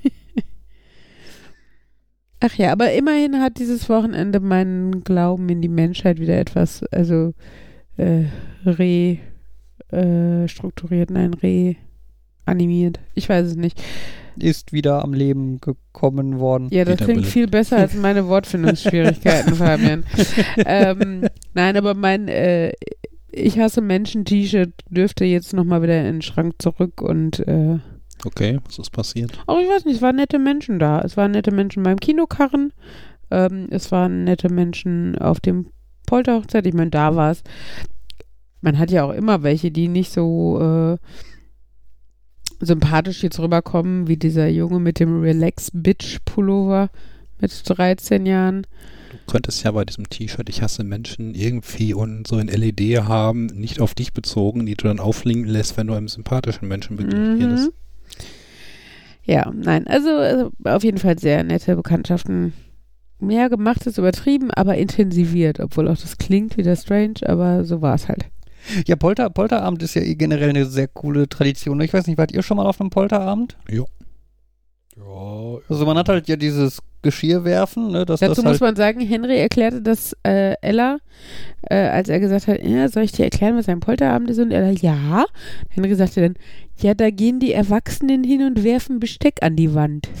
Ach ja, aber immerhin hat dieses Wochenende meinen Glauben in die Menschheit wieder etwas, also äh, re äh, strukturiert, nein, reanimiert. Ich weiß es nicht. Ist wieder am Leben gekommen worden. Ja, das klingt Wiederbelebt. viel besser als meine Wortfindungsschwierigkeiten, Fabian. ähm, nein, aber mein äh, Ich hasse Menschen-T-Shirt dürfte jetzt nochmal wieder in den Schrank zurück und äh, Okay, was ist passiert? auch ich weiß nicht, es waren nette Menschen da. Es waren nette Menschen beim Kinokarren. Ähm, es waren nette Menschen auf dem Polterhochzeit. Ich meine, da war es. Man hat ja auch immer welche, die nicht so äh, sympathisch jetzt rüberkommen, wie dieser Junge mit dem Relax-Bitch-Pullover mit dreizehn Jahren. Du könntest ja bei diesem T-Shirt, ich hasse Menschen, irgendwie und so ein L E D haben, nicht auf dich bezogen, die du dann auffliegen lässt, wenn du einem sympathischen Menschen begegnest. Mhm. Ja, nein, also, also auf jeden Fall sehr nette Bekanntschaften mehr gemacht ist übertrieben, aber intensiviert, obwohl auch das klingt wieder strange, aber so war es halt. Ja, Polter, Polterabend ist ja eh generell eine sehr coole Tradition. Ich weiß nicht, wart ihr schon mal auf einem Polterabend? Ja. Ja, Also man hat halt ja dieses Geschirr werfen, ne, dass Dazu das muss halt man sagen, Henry erklärte das äh, Ella, äh, als er gesagt hat, ja, soll ich dir erklären, was ein Polterabend ist? Und Ella, ja. Henry sagte dann, ja, da gehen die Erwachsenen hin und werfen Besteck an die Wand.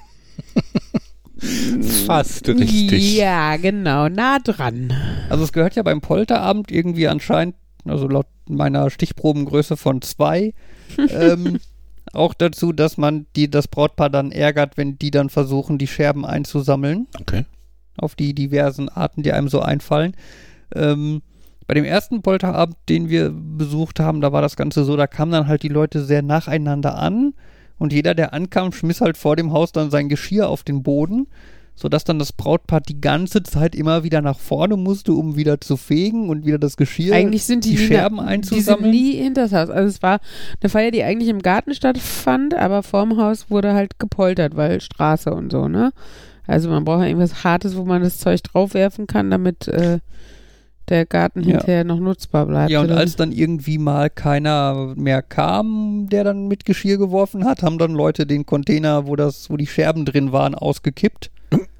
Fast richtig. Ja, genau, nah dran. Also es gehört ja beim Polterabend irgendwie anscheinend, also laut meiner Stichprobengröße von zwei, ähm, auch dazu, dass man die, das Brautpaar dann ärgert, wenn die dann versuchen, die Scherben einzusammeln. Okay. Auf die diversen Arten, die einem so einfallen. Ähm, bei dem ersten Polterabend, den wir besucht haben, da war das Ganze so, da kamen dann halt die Leute sehr nacheinander an und jeder, der ankam, schmiss halt vor dem Haus dann sein Geschirr auf den Boden, sodass dann das Brautpaar die ganze Zeit immer wieder nach vorne musste, um wieder zu fegen und wieder das Geschirr, Eigentlich sind die, die nie Scherben na- einzusammeln. Die sind nie hinters Haus. Also es war eine Feier, die eigentlich im Garten stattfand, aber vorm Haus wurde halt gepoltert, weil Straße und so, ne? Also man braucht ja irgendwas Hartes, wo man das Zeug draufwerfen kann, damit äh, der Garten Ja. hinterher noch nutzbar bleibt. Ja, und oder? als dann irgendwie mal keiner mehr kam, der dann mit Geschirr geworfen hat, haben dann Leute den Container, wo das, wo die Scherben drin waren, ausgekippt.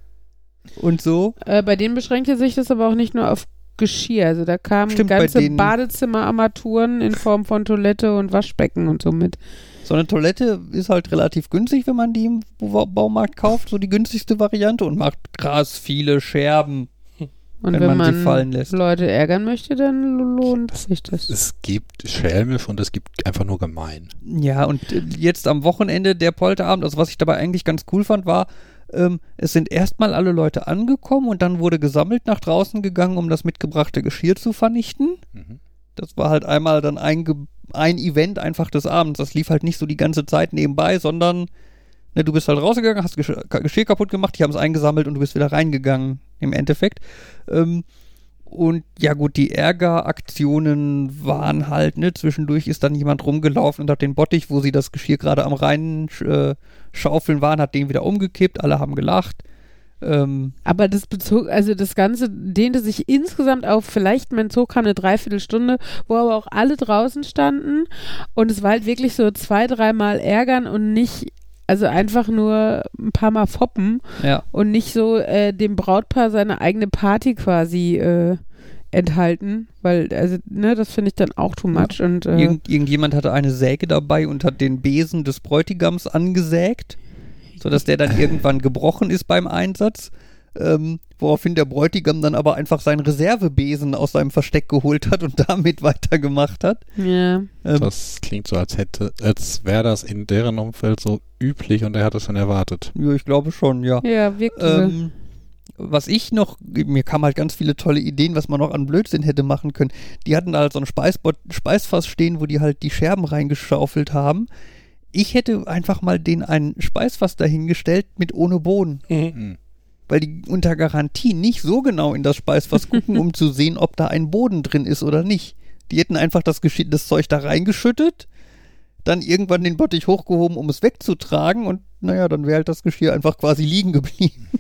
Und so. Äh, bei denen beschränkte sich das aber auch nicht nur auf Geschirr. Also da kamen Stimmt, bei ganze denen- Badezimmerarmaturen in Form von Toilette und Waschbecken und so mit. So eine Toilette ist halt relativ günstig, wenn man die im Ba- Baumarkt kauft, so die günstigste Variante und macht krass viele Scherben. Und Wenn wenn, man sie man fallen lässt. Leute ärgern möchte, dann lohnt sich das. Es gibt schelmisch und es gibt einfach nur gemein. Ja, und äh, jetzt am Wochenende der Polterabend, also was ich dabei eigentlich ganz cool fand, war, ähm, es sind erstmal alle Leute angekommen und dann wurde gesammelt nach draußen gegangen, um das mitgebrachte Geschirr zu vernichten. Mhm. Das war halt einmal dann ein, Ge- ein Event einfach des Abends. Das lief halt nicht so die ganze Zeit nebenbei, sondern ne, du bist halt rausgegangen, hast Gesch Geschirr kaputt gemacht, die haben es eingesammelt und du bist wieder reingegangen im Endeffekt. Ähm, und ja gut, die Ärgeraktionen waren halt, ne, zwischendurch ist dann jemand rumgelaufen und hat den Bottich, wo sie das Geschirr gerade am reinen äh, Schaufeln waren, hat den wieder umgekippt, alle haben gelacht. Ähm, Aber das bezog, also das Ganze dehnte sich insgesamt auf vielleicht, mein Zug kam eine Dreiviertelstunde, wo aber auch alle draußen standen und es war halt wirklich so zwei, dreimal ärgern und nicht, also einfach nur ein paar Mal foppen ja. und nicht so äh, dem Brautpaar seine eigene Party quasi äh, enthalten, weil, also, ne, das finde ich dann auch too much und äh, Irgend, irgendjemand hatte eine Säge dabei und hat den Besen des Bräutigams angesägt, sodass der dann irgendwann gebrochen ist beim Einsatz. Ähm, woraufhin der Bräutigam dann aber einfach seinen Reservebesen aus seinem Versteck geholt hat und damit weitergemacht hat. ja. Ähm, Das klingt so, als hätte, als wäre das in deren Umfeld so üblich und er hat es schon erwartet. ja, ich glaube schon, ja. Ja, wirklich. so. Ähm, was ich noch, mir kamen halt ganz viele tolle Ideen, was man noch an Blödsinn hätte machen können. Die hatten da halt so ein Speisbot, Speisfass stehen, wo die halt die Scherben reingeschaufelt haben. Ich hätte einfach mal den ein Speisfass dahingestellt mit ohne Boden. Mhm. Weil die unter Garantie nicht so genau in das Speisfass gucken, um zu sehen, ob da ein Boden drin ist oder nicht. Die hätten einfach das, Gesch- das Zeug da reingeschüttet, dann irgendwann den Bottich hochgehoben, um es wegzutragen und naja, dann wäre halt das Geschirr einfach quasi liegen geblieben.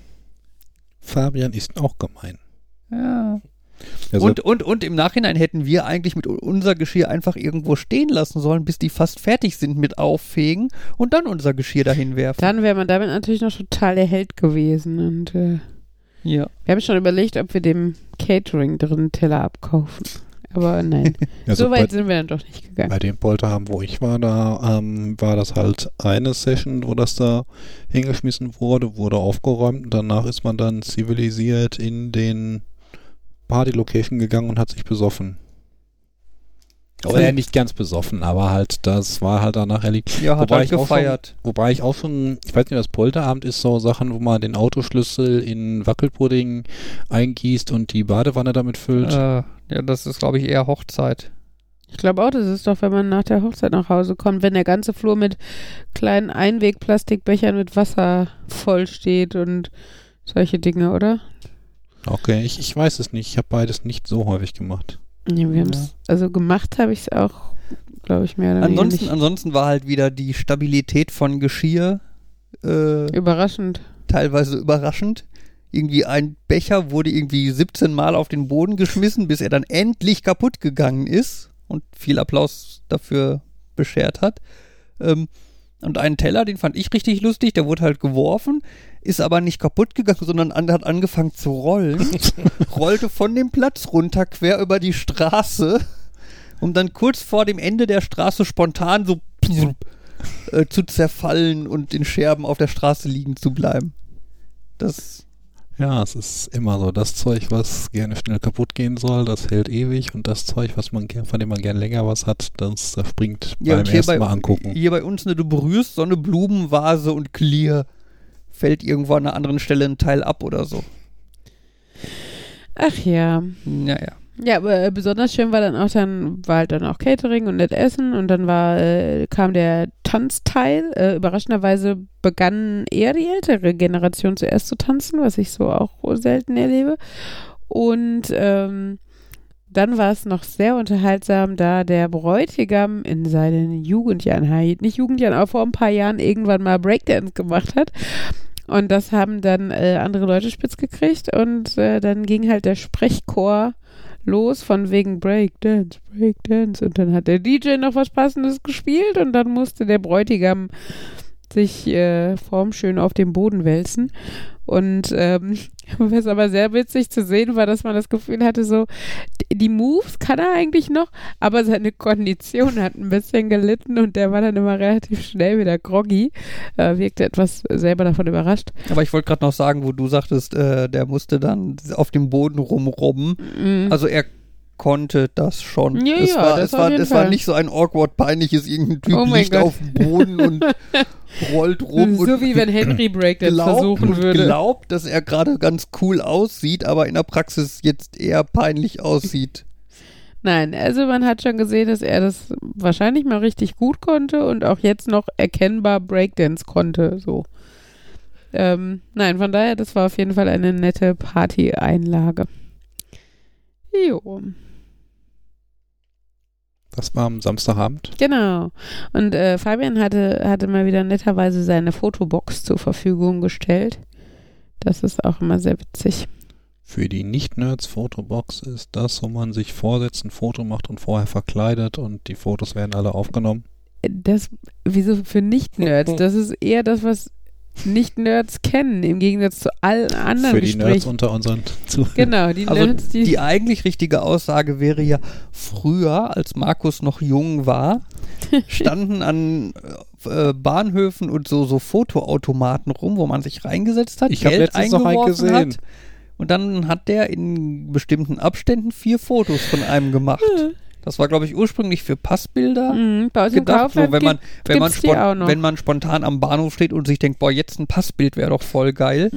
Fabian ist auch gemein. Ja. Also, Und, und, und im Nachhinein hätten wir eigentlich mit unser Geschirr einfach irgendwo stehen lassen sollen, bis die fast fertig sind mit Auffegen und dann unser Geschirr dahin werfen. Dann wäre man damit natürlich noch total der Held gewesen und äh, Ja. wir haben schon überlegt, ob wir dem Catering drin Teller abkaufen. Aber nein, also so weit bei, sind wir dann doch nicht gegangen. bei dem Polterabend, wo ich war, da ähm, war das halt eine Session, wo das da hingeschmissen wurde, wurde aufgeräumt und danach ist man dann zivilisiert in den Party-Location gegangen und hat sich besoffen. Aber ja, nicht ganz besoffen, aber halt, das war halt danach erledigt. Ja, hat Wobei halt ich auch gefeiert. Wobei ich auch schon, ich weiß nicht, was Polterabend ist, so Sachen, wo man den Autoschlüssel in Wackelpudding eingießt und die Badewanne damit füllt. Äh, ja, das ist, glaube ich, eher Hochzeit. Ich glaube auch, das ist doch, wenn man nach der Hochzeit nach Hause kommt, wenn der ganze Flur mit kleinen Einwegplastikbechern mit Wasser voll steht und solche Dinge, oder? Okay, ich, ich weiß es nicht. Ich habe beides nicht so häufig gemacht. Ja, wir haben es, also gemacht habe ich es auch, glaube ich, mehr oder weniger Ansonsten, nicht. ansonsten war halt wieder die Stabilität von Geschirr äh, Überraschend. teilweise überraschend. irgendwie ein Becher wurde irgendwie siebzehn Mal auf den Boden geschmissen, bis er dann endlich kaputt gegangen ist und viel Applaus dafür beschert hat. Ähm, und einen Teller, den fand ich richtig lustig, der wurde halt geworfen, ist aber nicht kaputt gegangen, sondern an, hat angefangen zu rollen, rollte von dem Platz runter, quer über die Straße, um dann kurz vor dem Ende der Straße spontan so äh, zu zerfallen und in Scherben auf der Straße liegen zu bleiben. Das Ja, es ist immer so. Das Zeug, was gerne schnell kaputt gehen soll, das hält ewig. Und das Zeug, was man gern, von dem man gern länger was hat, das, das springt ja, beim ersten bei, Mal angucken. Hier bei uns, ne, du berührst so eine Blumenvase und clear fällt irgendwo an einer anderen Stelle ein Teil ab oder so. Ach ja. Naja. Ja, aber äh, besonders schön war dann auch dann, war halt dann auch Catering und nett Essen und dann war, äh, kam der Tanzteil. Äh, überraschenderweise begann eher die ältere Generation zuerst zu tanzen, was ich so auch selten erlebe. Und ähm, dann war es noch sehr unterhaltsam, da der Bräutigam in seinen Jugendjahren, nicht Jugendjahren, aber vor ein paar Jahren irgendwann mal Breakdance gemacht hat. Und das haben dann äh, andere Leute spitz gekriegt und äh, dann ging halt der Sprechchor los von wegen Breakdance, Breakdance und dann hat der D J noch was Passendes gespielt und dann musste der Bräutigam sich äh, formschön auf dem Boden wälzen und ähm, was aber sehr witzig zu sehen war, dass man das Gefühl hatte, so die Moves kann er eigentlich noch, aber seine Kondition hat ein bisschen gelitten und der war dann immer relativ schnell wieder groggy, äh, wirkte etwas selber davon überrascht. Aber ich wollte gerade noch sagen, wo du sagtest, äh, der musste dann auf dem Boden rumrobben, mhm. Also er konnte das schon. Ja, es ja, war, das es, war, es war nicht so ein awkward, peinliches, irgendein Typ oh liegt Gott. auf dem Boden und rollt rum. So und wie wenn Henry Breakdance glaubt, versuchen würde. glaubt, dass er gerade ganz cool aussieht, aber in der Praxis jetzt eher peinlich aussieht. Nein, also man hat schon gesehen, dass er das wahrscheinlich mal richtig gut konnte und auch jetzt noch erkennbar Breakdance konnte, so. Ähm, nein, von daher, das war auf jeden Fall eine nette Party-Einlage. Jo. Das war am Samstagabend. Genau. Und äh, Fabian hatte, hatte mal wieder netterweise seine Fotobox zur Verfügung gestellt. Das ist auch immer sehr witzig. Für die Nicht-Nerds Fotobox ist das, wo man sich vorsetzt, ein Foto macht und vorher verkleidet und die Fotos werden alle aufgenommen. Das, wieso für Nicht-Nerds? Das ist eher das, was Nicht-Nerds kennen, im Gegensatz zu allen anderen Für die Gesprächen. Nerds unter unseren Zuhörern. Genau, die Also Nerds, die, die eigentlich richtige Aussage wäre ja, früher, als Markus noch jung war, standen an äh, Bahnhöfen und so, so Fotoautomaten rum, wo man sich reingesetzt hat, Ich habe Geld letztens noch einen eingeworfen gesehen. hat und dann hat der in bestimmten Abständen vier Fotos von einem gemacht. Das war, glaube ich, ursprünglich für Passbilder Mhm, bei uns im gedacht, so, Kaufland wenn, man, gibt- wenn, man gibt's die auch spon- noch. wenn man spontan am Bahnhof steht und sich denkt, boah, jetzt ein Passbild wäre doch voll geil.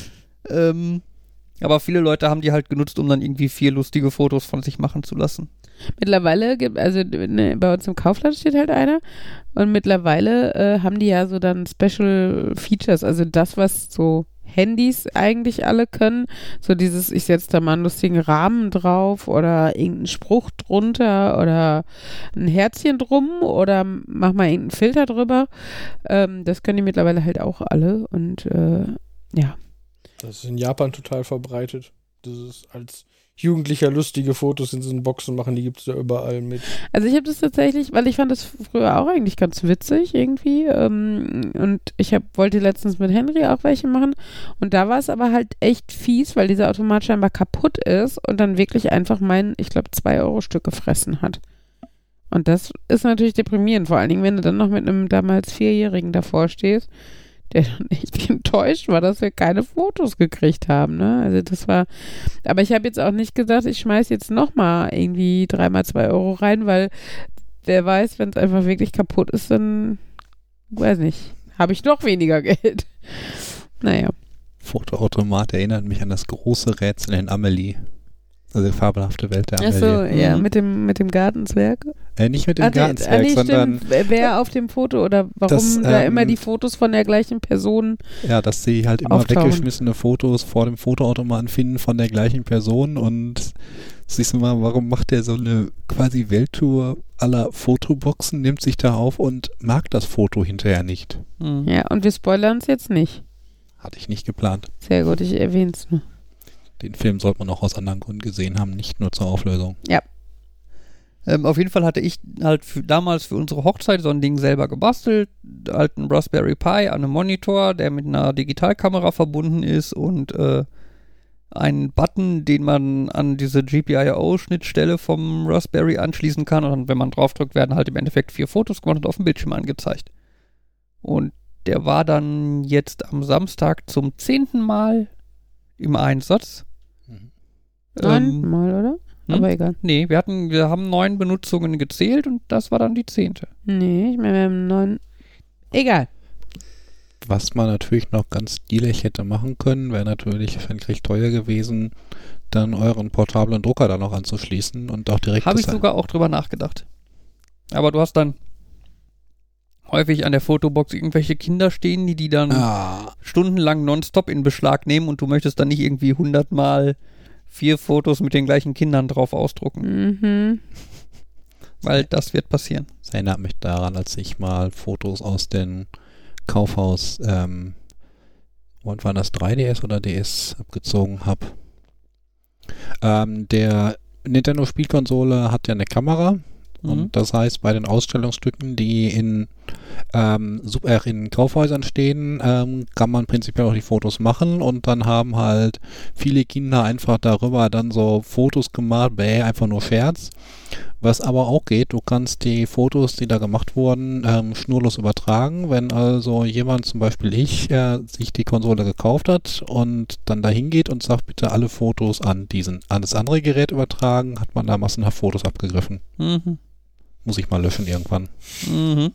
ähm, aber viele Leute haben die halt genutzt, um dann irgendwie vier lustige Fotos von sich machen zu lassen. Mittlerweile gibt, also ne, bei uns im Kaufland steht halt einer und mittlerweile äh, haben die ja so dann Special Features, also das, was so Handys eigentlich alle können, so dieses, ich setze da mal einen lustigen Rahmen drauf oder irgendeinen Spruch drunter oder ein Herzchen drum oder mach mal irgendeinen Filter drüber, ähm, das können die mittlerweile halt auch alle und äh, ja. Das ist in Japan total verbreitet. Das ist als Jugendlicher lustige Fotos in diesen Boxen machen, die gibt es da überall mit. Also ich habe das tatsächlich, weil ich fand das früher auch eigentlich ganz witzig irgendwie ähm, und ich hab, wollte letztens mit Henry auch welche machen und da war es aber halt echt fies, weil dieser Automat scheinbar kaputt ist und dann wirklich einfach mein, ich glaube, zwei Euro Stück gefressen hat. Und das ist natürlich deprimierend, vor allen Dingen, wenn du dann noch mit einem damals Vierjährigen davor stehst, der dann echt enttäuscht war, dass wir keine Fotos gekriegt haben, ne? Also das war, aber ich habe jetzt auch nicht gesagt, ich schmeiß jetzt nochmal irgendwie dreimal zwei Euro rein, weil wer weiß, wenn es einfach wirklich kaputt ist, dann, weiß nicht, habe ich doch weniger Geld. Naja. Fotoautomat erinnert mich an das große Rätsel in Amelie. Also die fabelhafte Welt der Amelie. Achso, ja, Mhm. mit dem, mit dem Gartenzwerg. Äh, nicht mit dem Ah, der- Gartenzwerg, ah, nee, sondern stimmt. Wer auf dem Foto oder warum Das, da ähm, immer die Fotos von der gleichen Person. ja, dass sie halt immer Auftauchen. weggeschmissene Fotos vor dem Fotoautomaten finden von der gleichen Person und siehst du mal, warum macht der so eine quasi Welttour aller Fotoboxen, nimmt sich da auf und mag das Foto hinterher nicht. Mhm. Ja, und wir spoilern es jetzt nicht. Hatte ich nicht geplant. Sehr gut, ich erwähne es nur. Den Film sollte man auch aus anderen Gründen gesehen haben, nicht nur zur Auflösung. Ja. Ähm, auf jeden Fall hatte ich halt für, damals für unsere Hochzeit so ein Ding selber gebastelt. Halt einen Raspberry Pi an einem Monitor, der mit einer Digitalkamera verbunden ist und äh, einen Button, den man an diese G P I O-Schnittstelle vom Raspberry anschließen kann. Und dann, wenn man draufdrückt, werden halt im Endeffekt vier Fotos gemacht und auf dem Bildschirm angezeigt. Und der war dann jetzt am Samstag zum zehnten Mal im Einsatz. Mhm. Ähm, Neunmal, oder? hm? Aber egal. Nee, wir hatten, wir haben neun Benutzungen gezählt und das war dann die zehnte. Nee, ich meine, wir haben neun. Egal. Was man natürlich noch ganz stilig hätte machen können, wäre natürlich, fände ich recht teuer gewesen, dann euren portablen Drucker da noch anzuschließen und auch direkt... Habe ich das- sogar auch drüber nachgedacht. Aber du hast dann häufig an der Fotobox irgendwelche Kinder stehen, die die dann Ah, stundenlang nonstop in Beschlag nehmen und du möchtest dann nicht irgendwie hundertmal vier Fotos mit den gleichen Kindern drauf ausdrucken, Mhm. weil das wird passieren. das erinnert mich daran, als ich mal Fotos aus dem Kaufhaus, ähm, und war das drei D S oder D S abgezogen habe. Ähm, der Nintendo-Spielkonsole hat ja eine Kamera. Mhm. Und das heißt, bei den Ausstellungsstücken, die in, ähm, Sup- äh, in Kaufhäusern stehen, ähm, kann man prinzipiell auch die Fotos machen und dann haben halt viele Kinder einfach darüber dann so Fotos gemacht, bäh, einfach nur Scherz. Was aber auch geht, du kannst die Fotos, die da gemacht wurden, ähm, schnurlos übertragen. Wenn also jemand, zum Beispiel ich, äh, sich die Konsole gekauft hat und dann dahin geht und sagt, bitte alle Fotos an diesen, an das andere Gerät übertragen, hat man da massenhaft Fotos abgegriffen. Mhm. Muss ich mal löschen irgendwann. Mhm.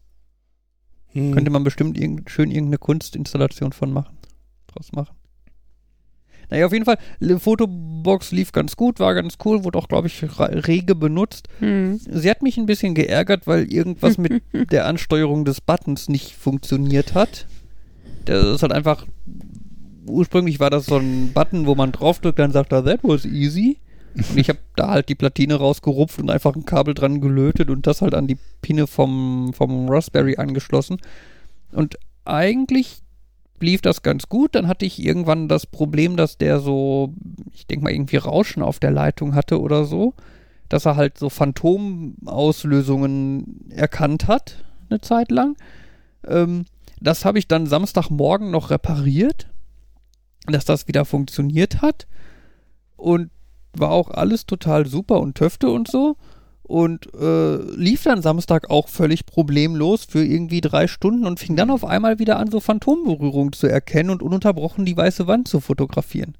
Hm. Könnte man bestimmt irgend, schön irgendeine Kunstinstallation von machen, draus machen. Naja, auf jeden Fall, die Fotobox lief ganz gut, war ganz cool, wurde auch, glaube ich, ra- rege benutzt. Mhm. Sie hat mich ein bisschen geärgert, weil irgendwas mit der Ansteuerung des Buttons nicht funktioniert hat. Das ist halt einfach, ursprünglich war das so ein Button, wo man draufdrückt, dann sagt er, that was easy. Und ich habe da halt die Platine rausgerupft und einfach ein Kabel dran gelötet und das halt an die Pinne vom, vom Raspberry angeschlossen. Und eigentlich lief das ganz gut. Dann hatte ich irgendwann das Problem, dass der so, ich denke mal, irgendwie Rauschen auf der Leitung hatte oder so. Dass er halt so Phantomauslösungen erkannt hat, eine Zeit lang. Ähm, das habe ich dann Samstagmorgen noch repariert, dass das wieder funktioniert hat. Und war auch alles total super und Töfte und so. Und äh, lief dann Samstag auch völlig problemlos für irgendwie drei Stunden und fing dann auf einmal wieder an, so Phantomberührung zu erkennen und ununterbrochen die weiße Wand zu fotografieren.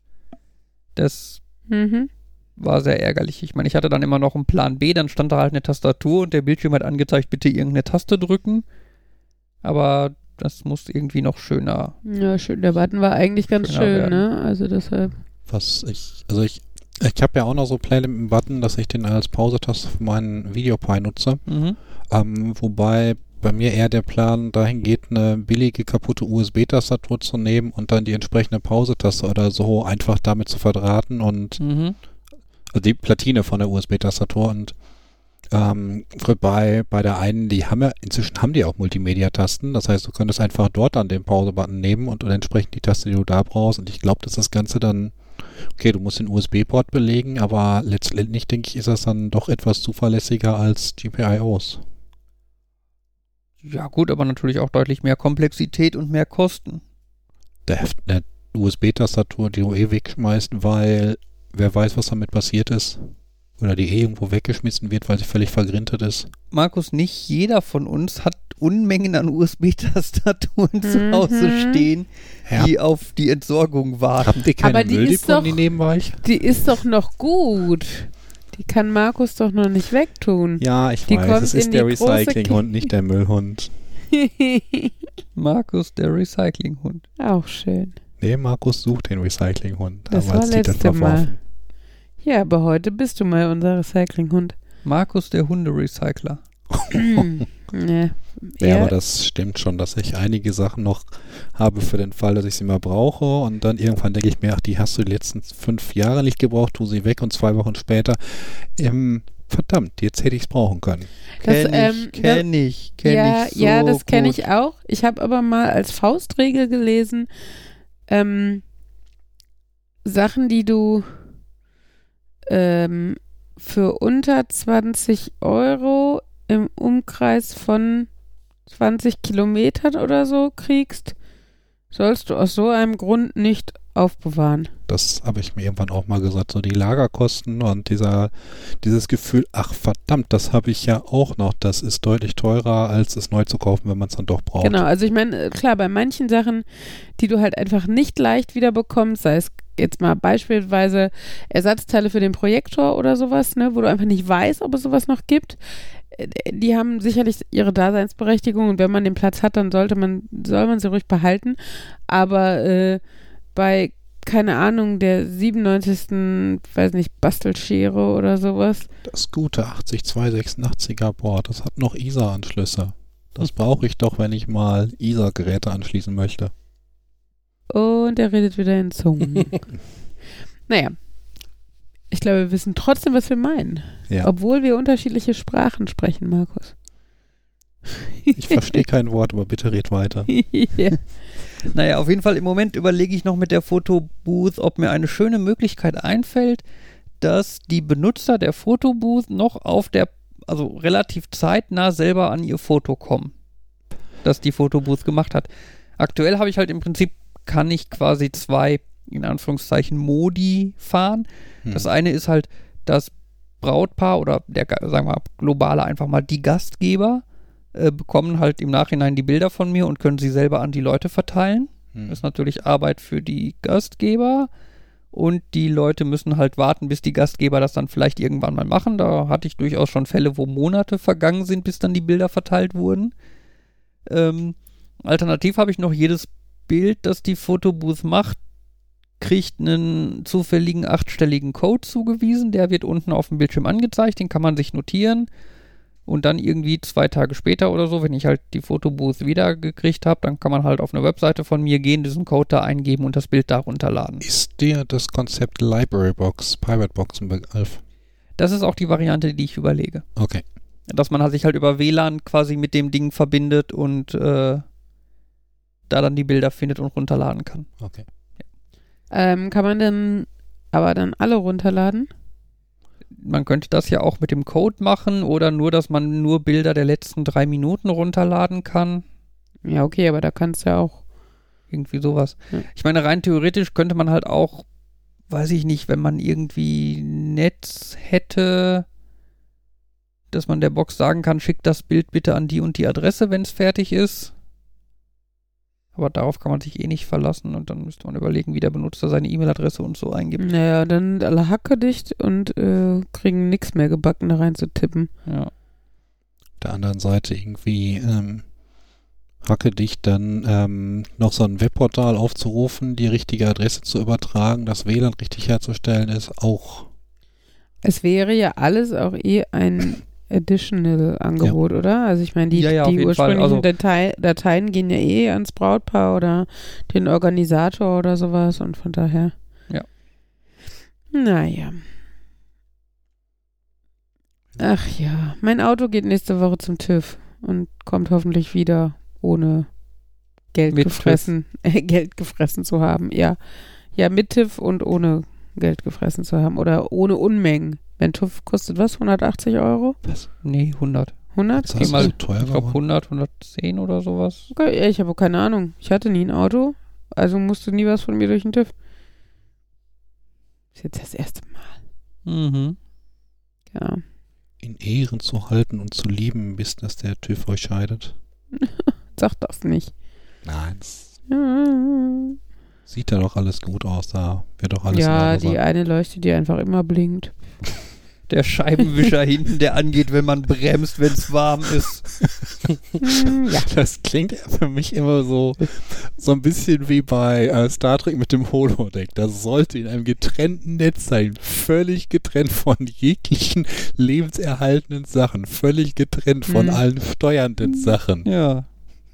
Das Mhm. war sehr ärgerlich. Ich meine, ich hatte dann immer noch einen Plan B, dann stand da halt eine Tastatur und der Bildschirm hat angezeigt, bitte irgendeine Taste drücken. Aber das muss irgendwie noch schöner. Ja, schön. Der Button war eigentlich ganz Schöner schön, werden. ne? Also deshalb. Was ich, also ich, ich habe ja auch noch so Play im Button, dass ich den als Pause-Taste für meinen Videopie nutze. Mhm. Ähm, wobei bei mir eher der Plan dahin geht, eine billige kaputte U S B-Tastatur zu nehmen und dann die entsprechende Pause-Taste oder so einfach damit zu verdrahten und Mhm. also die Platine von der U S B-Tastatur und ähm, bei, bei der einen, die haben ja, inzwischen haben die auch Multimedia-Tasten, das heißt, du könntest einfach dort dann den Pause-Button nehmen und dann entsprechend die Taste, die du da brauchst und ich glaube, dass das Ganze dann, okay, du musst den U S B-Port belegen, aber letztendlich, denke ich, ist das dann doch etwas zuverlässiger als G P I Os. Ja gut, aber natürlich auch deutlich mehr Komplexität und mehr Kosten. Der, der U S B-Tastatur, die du eh wegschmeißt, weil wer weiß, was damit passiert ist. Oder die eh irgendwo weggeschmissen wird, weil sie völlig vergrintet ist. Markus, nicht jeder von uns hat Unmengen an U S B-Tastaturen zu Mhm. Hause stehen, Ja. die auf die Entsorgung warten. Habt ihr keine Aber die ist Mülldeponie doch- neben euch? Die ist doch noch gut. Die kann Markus doch noch nicht wegtun. Ja, ich Die weiß, kommt es ist in der die große Recyclinghund, nicht der Müllhund. Markus, der Recyclinghund. Auch schön. Nee, Markus sucht den Recyclinghund. Das aber war als Titel letzte Mal. verworfen. Ja, aber heute bist du mal unser Recyclinghund. Markus, der Hunderecycler. Mm. Nee, Ja, eher- aber das stimmt schon, dass ich einige Sachen noch habe für den Fall, dass ich sie mal brauche und dann irgendwann denke ich mir, ach, die hast du die letzten fünf Jahre nicht gebraucht, tu sie weg und zwei Wochen später, ähm, verdammt, jetzt hätte ich es brauchen können. Das, Kenn ähm, ich, kenn ich, kenn ja, ich so ja, das kenne gut. ich auch. Ich habe aber mal als Faustregel gelesen, ähm, Sachen, die du ähm, für unter zwanzig Euro im Umkreis von zwanzig Kilometern oder so kriegst, sollst du aus so einem Grund nicht aufbewahren. Das habe ich mir irgendwann auch mal gesagt, so die Lagerkosten und dieser, dieses Gefühl, ach verdammt, das habe ich ja auch noch, das ist deutlich teurer, als es neu zu kaufen, wenn man es dann doch braucht. Genau, also ich meine, äh, klar, bei manchen Sachen, die du halt einfach nicht leicht wieder bekommst, sei es jetzt mal beispielsweise Ersatzteile für den Projektor oder sowas, ne, wo du einfach nicht weißt, ob es sowas noch gibt, äh, die haben sicherlich ihre Daseinsberechtigung und wenn man den Platz hat, dann sollte man, soll man sie ruhig behalten, aber äh, bei, keine Ahnung, der siebenundneunzigsten, weiß nicht, Bastelschere oder sowas, Das gute achtzig zwei sechsundachtziger Board, das hat noch I S A-Anschlüsse. Das brauche ich doch, wenn ich mal I S A-Geräte anschließen möchte. und er redet wieder in Zungen. Naja, ich glaube, wir wissen trotzdem, was wir meinen. Ja, Obwohl wir unterschiedliche Sprachen sprechen, Markus. ich verstehe kein Wort, aber bitte red weiter. Ja. Naja, auf jeden Fall im Moment überlege ich noch mit der Fotobooth, ob mir eine schöne Möglichkeit einfällt, dass die Benutzer der Fotobooth noch auf der, also relativ zeitnah selber an ihr Foto kommen, das die Fotobooth gemacht hat. Aktuell habe ich halt im Prinzip, kann ich quasi zwei, in Anführungszeichen, Modi fahren. Hm. Das eine ist halt das Brautpaar oder der, sagen wir mal, globale einfach mal die Gastgeber äh, bekommen halt im Nachhinein die Bilder von mir und können sie selber an die Leute verteilen. Hm. Das ist natürlich Arbeit für die Gastgeber und die Leute müssen halt warten, bis die Gastgeber das dann vielleicht irgendwann mal machen. Da hatte ich durchaus schon Fälle, wo Monate vergangen sind, bis dann die Bilder verteilt wurden. Ähm, alternativ habe ich noch jedes Bild, das die Fotobooth macht, kriegt einen zufälligen achtstelligen Code zugewiesen. Der wird unten auf dem Bildschirm angezeigt, den kann man sich notieren. Und dann irgendwie zwei Tage später oder so, wenn ich halt die Fotobooth wieder gekriegt habe, dann kann man halt auf eine Webseite von mir gehen, diesen Code da eingeben und das Bild da runterladen. Ist dir das Konzept Library Box, Pirate Box ein Begriff? Das ist auch die Variante, die ich überlege. Okay. Dass man halt sich halt über W L A N quasi mit dem Ding verbindet und äh, da dann die Bilder findet und runterladen kann. Okay. Ähm, kann man denn aber dann alle runterladen? Man könnte das ja auch mit dem Code machen oder nur, dass man nur Bilder der letzten drei Minuten runterladen kann. Ja, okay, aber da kannst du ja auch. Irgendwie sowas. Ja. Ich meine, rein theoretisch könnte man halt auch, weiß ich nicht, wenn man irgendwie Netz hätte, dass man der Box sagen kann, schickt das Bild bitte an die und die Adresse, wenn es fertig ist. Aber darauf kann man sich eh nicht verlassen und dann müsste man überlegen, wie der Benutzer seine E-Mail-Adresse und so eingibt. Naja, dann sind alle hackedicht und äh, kriegen nichts mehr gebacken, da rein zu tippen. Ja. Auf der anderen Seite irgendwie ähm, hacke dich dann ähm, noch so ein Webportal aufzurufen, die richtige Adresse zu übertragen, das W L A N richtig herzustellen, ist auch Es wäre ja alles auch eh ein Additional-Angebot, oder? Also ich meine, die, Ja, ja, auf die jeden Fall. ursprünglichen Also- Datei, Dateien gehen ja eh ans Brautpaar oder den Organisator oder sowas und von daher. Ja. Naja. Ach ja, mein Auto geht nächste Woche zum TÜV und kommt hoffentlich wieder ohne Geld Mit gefressen, äh, Geld gefressen zu haben. Ja, ja, mit TÜV und ohne Geld gefressen zu haben oder ohne Unmengen. Wenn TÜV kostet was? hundertachtzig Euro? Nee, hundert. hundert? das heißt, mal- so teuer Ich glaube geworden. hundert, hundertzehn oder sowas. Okay, ja, ich habe keine Ahnung. Ich hatte nie ein Auto, also musste nie was von mir durch den TÜV. Ist jetzt das erste Mal. Mhm. Ja. In Ehren zu halten und zu lieben, bis dass der TÜV euch scheidet. Sag das nicht. Nein, es sieht ja doch alles gut aus, da wird doch alles in Ja, Ordnung die sein. eine Leuchte, die einfach immer blinkt. Der Scheibenwischer hinten, der angeht, wenn man bremst, wenn es warm ist. Hm, ja. Das klingt für mich immer so, so ein bisschen wie bei äh, Star Trek mit dem Holodeck. Das sollte in einem getrennten Netz sein. Völlig getrennt von jeglichen lebenserhaltenden Sachen. Völlig getrennt von Hm. allen steuernden Sachen. Ja.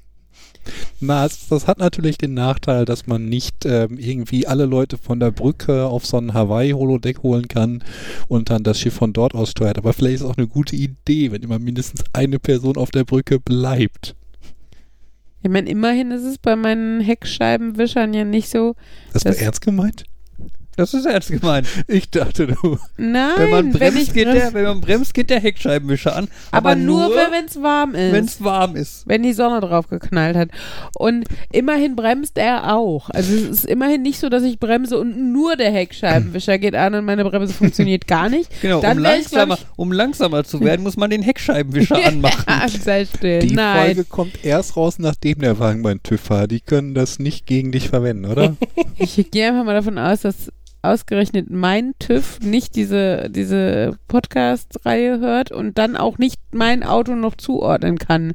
Na, es, das hat natürlich den Nachteil, dass man nicht ähm, irgendwie alle Leute von der Brücke auf so ein Hawaii-Holodeck holen kann und dann das Schiff von dort aus steuert. Aber vielleicht ist es auch eine gute Idee, wenn immer mindestens eine Person auf der Brücke bleibt. Ich meine, immerhin ist es bei meinen Heckscheibenwischern ja nicht so. Das war Das- ernst gemeint? Das ist ernst gemeint. Ich dachte, du... Nein, Wenn man wenn bremst, ich geht bremse- der, wenn man bremst, geht der Heckscheibenwischer an. aber, nur, wenn es warm ist. wenn es warm ist. Wenn die Sonne drauf geknallt hat. Und immerhin bremst er auch. Also es ist immerhin nicht so, dass ich bremse und nur der Heckscheibenwischer geht an und meine Bremse funktioniert gar nicht. Genau, Dann um wär ich, glaub langsamer, um langsamer zu werden, muss man den Heckscheibenwischer anmachen. Ja, sei still. Die Nein. Folge kommt erst raus, nachdem der Wagen beim TÜV war. Die können das nicht gegen dich verwenden, oder? Ich gehe einfach mal davon aus, dass ausgerechnet mein TÜV nicht diese, diese Podcast-Reihe hört und dann auch nicht mein Auto noch zuordnen kann.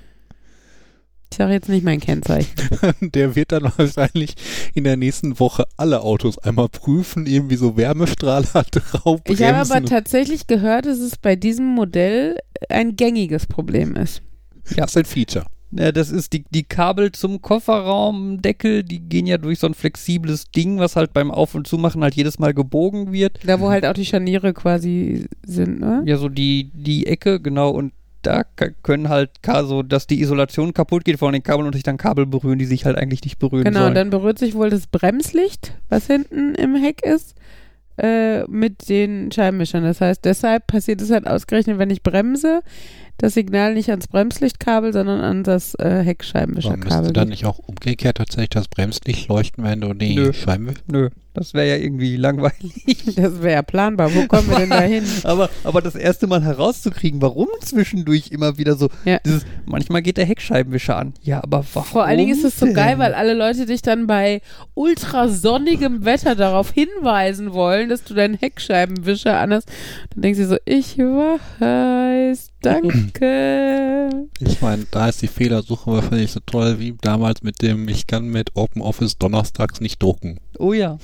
Ich sage jetzt nicht mein Kennzeichen. Der wird dann wahrscheinlich in der nächsten Woche alle Autos einmal prüfen, irgendwie so Wärmestrahler drauf Ich habe aber bremsen. tatsächlich gehört, dass es bei diesem Modell ein gängiges Problem ist. Das ist ein Feature. Ja, das ist die, die Kabel zum Kofferraumdeckel, die gehen ja durch so ein flexibles Ding, was halt beim Auf- und Zumachen halt jedes Mal gebogen wird. Da, wo halt auch die Scharniere quasi sind, ne? Ja, so die, die Ecke, genau, und da k- können halt ka- so, dass die Isolation kaputt geht von den Kabeln und sich dann Kabel berühren, die sich halt eigentlich nicht berühren Genau, sollen. und dann berührt sich wohl das Bremslicht, was hinten im Heck ist, äh, mit den Scheibenwischern. Das heißt, deshalb passiert es halt ausgerechnet, wenn ich bremse, das Signal nicht ans Bremslichtkabel, sondern an das äh, Warum Heckscheibenwischerkabel. müsste dann geht. nicht auch umgekehrt tatsächlich das Bremslicht leuchten, wenn du die Nö. Scheiben... Nö, das wäre ja irgendwie langweilig. Das wäre ja planbar. Wo kommen wir denn da hin? Aber, aber das erste Mal herauszukriegen, warum zwischendurch immer wieder so, Ja. dieses, manchmal geht der Heckscheibenwischer an. Ja, aber warum? Vor allen Dingen ist es so denn? geil, weil alle Leute dich dann bei ultrasonnigem Wetter darauf hinweisen wollen, dass du deinen Heckscheibenwischer anhast. Dann denkst du so, ich weiß, danke. Ich meine, da ist die Fehlersuche wahrscheinlich so toll wie damals mit dem, ich kann mit OpenOffice donnerstags nicht drucken. Oh ja,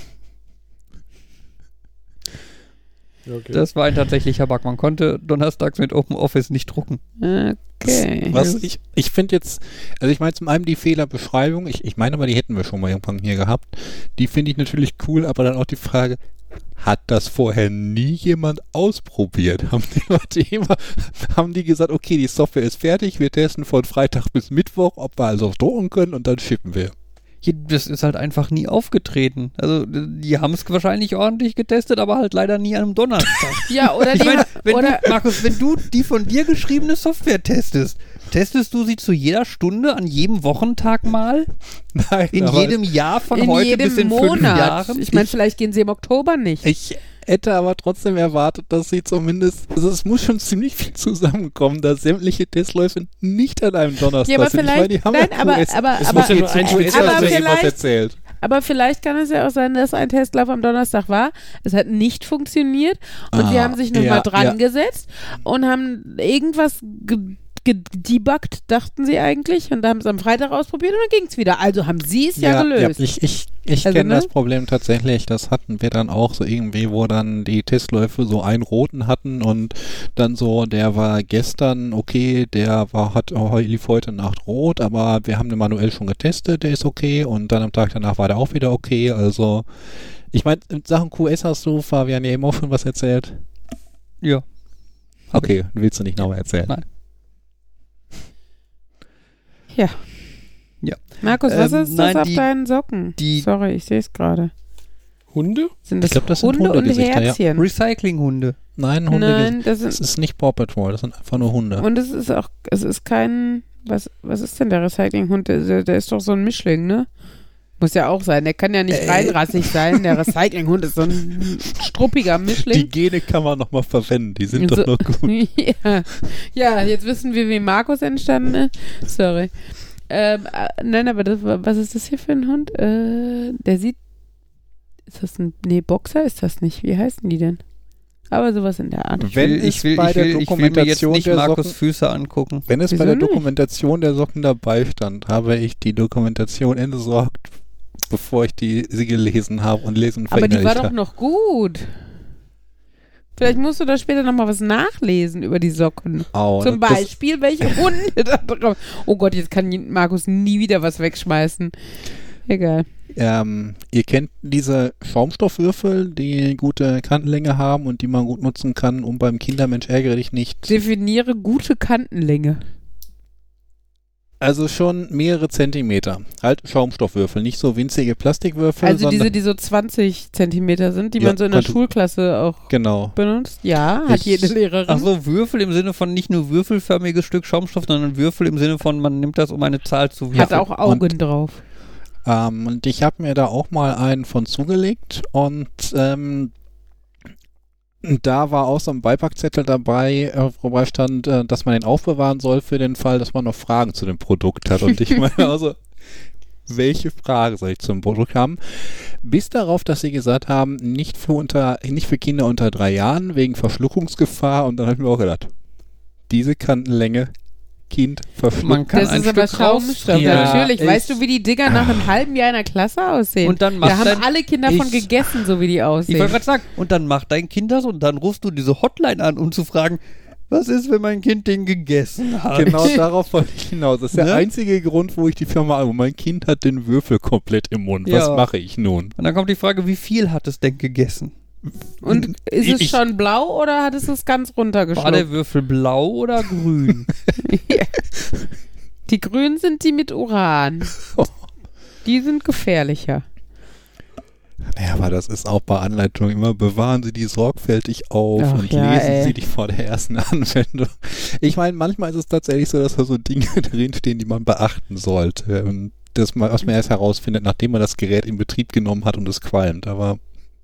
Okay. das war ein tatsächlicher Bug. Man konnte donnerstags mit OpenOffice nicht drucken. Okay. Was ich, ich finde jetzt, also ich meine zum einen die Fehlerbeschreibung, ich, ich meine aber, die hätten wir schon mal irgendwann hier gehabt, die finde ich natürlich cool, aber dann auch die Frage, hat das vorher nie jemand ausprobiert? Haben die Leute immer, haben die gesagt, okay, die Software ist fertig, wir testen von Freitag bis Mittwoch, ob wir also drucken können und dann schippen wir. Hier, das ist halt einfach nie aufgetreten. Also, die haben es wahrscheinlich ordentlich getestet, aber halt leider nie an einem Donnerstag. Ja, oder Ich die meine, wenn oder du, Markus, wenn du die von dir geschriebene Software testest, testest du sie zu jeder Stunde, an jedem Wochentag mal? Nein, In aber jedem Jahr von in heute jedem bis in fünf Monat. Jahren? Ich meine, vielleicht gehen sie im Oktober nicht. Ich hätte aber trotzdem erwartet, dass sie zumindest, also es muss schon ziemlich viel zusammenkommen, dass sämtliche Testläufe nicht an einem Donnerstag Ja, aber sind. vielleicht, ich meine, die haben nein, ja aber, Q S. aber, Es aber, muss ja nur ein Q S Spezial hat aber mir irgendwas vielleicht- erzählt. aber vielleicht kann es ja auch sein, dass ein Testlauf am Donnerstag war. Es hat nicht funktioniert und Ah, sie haben sich nochmal ja, dran ja. gesetzt und haben irgendwas ge- gedebuggt, dachten sie eigentlich, und haben es am Freitag ausprobiert und dann ging es wieder. Also haben sie es ja, gelöst. ich ich, ich Also, kenne ne? das Problem tatsächlich. Das hatten wir dann auch so irgendwie, wo dann die Testläufe so einen roten hatten und dann so, der war gestern okay, der war hat oh, lief heute Nacht rot, aber wir haben den manuell schon getestet, der ist okay und dann am Tag danach war der auch wieder okay. Also ich meine, in Sachen Q S hast du, Fabian, ja eben auch schon was erzählt. Ja. Hab Okay, willst du nicht nochmal erzählen? Nein. Ja. Ja. Markus, was Ähm, ist nein, das auf die- deinen Socken? die- Sorry, ich sehe es gerade. Hunde? Sind das, Ich glaub, das sind Hunde und Hundegesichter, ja. Herzchen? Recyclinghunde. Nein, Hunde. Nein, das Das sind, ist nicht Paw Patrol, das sind einfach nur Hunde. und es ist auch, es ist kein, was, was ist denn der Recyclinghund? Der, der ist doch so ein Mischling, ne? Muss ja auch sein. Der kann ja nicht Äh. reinrassig sein. Der Recyclinghund ist so ein struppiger Die Mischling. Gene kann man nochmal verwenden, die sind So- doch noch gut. ja. ja, jetzt wissen wir, wie Markus entstanden ist. Sorry. Ähm, äh, nein, aber das, war- was ist das hier für ein Hund? Äh, der sieht, ist das ein, nee, Boxer ist das nicht. Wie heißen die denn? aber sowas in der Art. Ich will, Wenn ich es will, bei ich der will, ich will mir jetzt Dokumentation nicht der Markus Socken- Füße angucken. Wenn es Wieso bei der nicht? Dokumentation der Socken dabei stand, habe ich die Dokumentation entsorgt, bevor ich die sie gelesen habe und lesen Aber die war verinnerlicht doch habe. noch gut. Vielleicht musst du da später nochmal was nachlesen über die Socken. Au, Zum das- Beispiel, welche Hunde da drauf. Oh Gott, jetzt kann Markus nie wieder was wegschmeißen. Egal. Ähm, ihr kennt diese Schaumstoffwürfel, die gute Kantenlänge haben und die man gut nutzen kann, um beim Kindermensch ärgere dich nicht. Definiere gute Kantenlänge. Also schon mehrere Zentimeter. Halt Schaumstoffwürfel, nicht so winzige Plastikwürfel, Also sondern diese, die so zwanzig Zentimeter sind, die Ja, man so in der konnte- Schulklasse auch genau. benutzt. Ja, hat Ich- jede Lehrerin. Ach so, Würfel im Sinne von nicht nur würfelförmiges Stück Schaumstoff, sondern Würfel im Sinne von, man nimmt das, um eine Zahl zu würfeln. Hat auch Augen und- drauf. Ähm, und ich habe mir da auch mal einen von zugelegt und ähm, da war auch so ein Beipackzettel dabei, äh, wobei stand, äh, dass man den aufbewahren soll für den Fall, dass man noch Fragen zu dem Produkt hat. Und ich meine also, welche Frage soll ich zum Produkt haben? Bis darauf, dass sie gesagt haben, nicht für unter, nicht für Kinder unter drei Jahren wegen Verschluckungsgefahr. Und dann habe ich mir auch gedacht, diese Kantenlänge, Kind verschluckt. Man kann Das ein ist aber Stück Schaumstoff. rausziehen. Ja, Natürlich. ich- Weißt du, wie die Dinger nach einem halben Jahr in der Klasse aussehen? Und dann da macht haben dein, alle Kinder von ich- gegessen, so wie die ich aussehen. wollte gerade sagen, und dann macht dein Kind das und dann rufst du diese Hotline an, um zu fragen, was ist, wenn mein Kind den gegessen hat? Genau darauf wollte ich hinaus. Das ist der Ne? einzige Grund, wo ich die Firma habe. Mein Kind hat den Würfel komplett im Mund. Was Ja. mache ich nun? Und dann kommt die Frage, wie viel hat es denn gegessen? Und ist es Ich- schon blau oder hat es es ganz War runtergeschluckt? der Würfel blau oder grün? Die grünen sind die mit Uran. Die sind gefährlicher. Ja, aber das ist auch bei Anleitungen immer, bewahren Sie die sorgfältig auf Ach und ja, lesen ey. Sie die vor der ersten Anwendung. Ich meine, manchmal ist es tatsächlich so, dass da so Dinge drinstehen, die man beachten sollte. Und das mal, was man erst herausfindet, nachdem man das Gerät in Betrieb genommen hat und es qualmt. Aber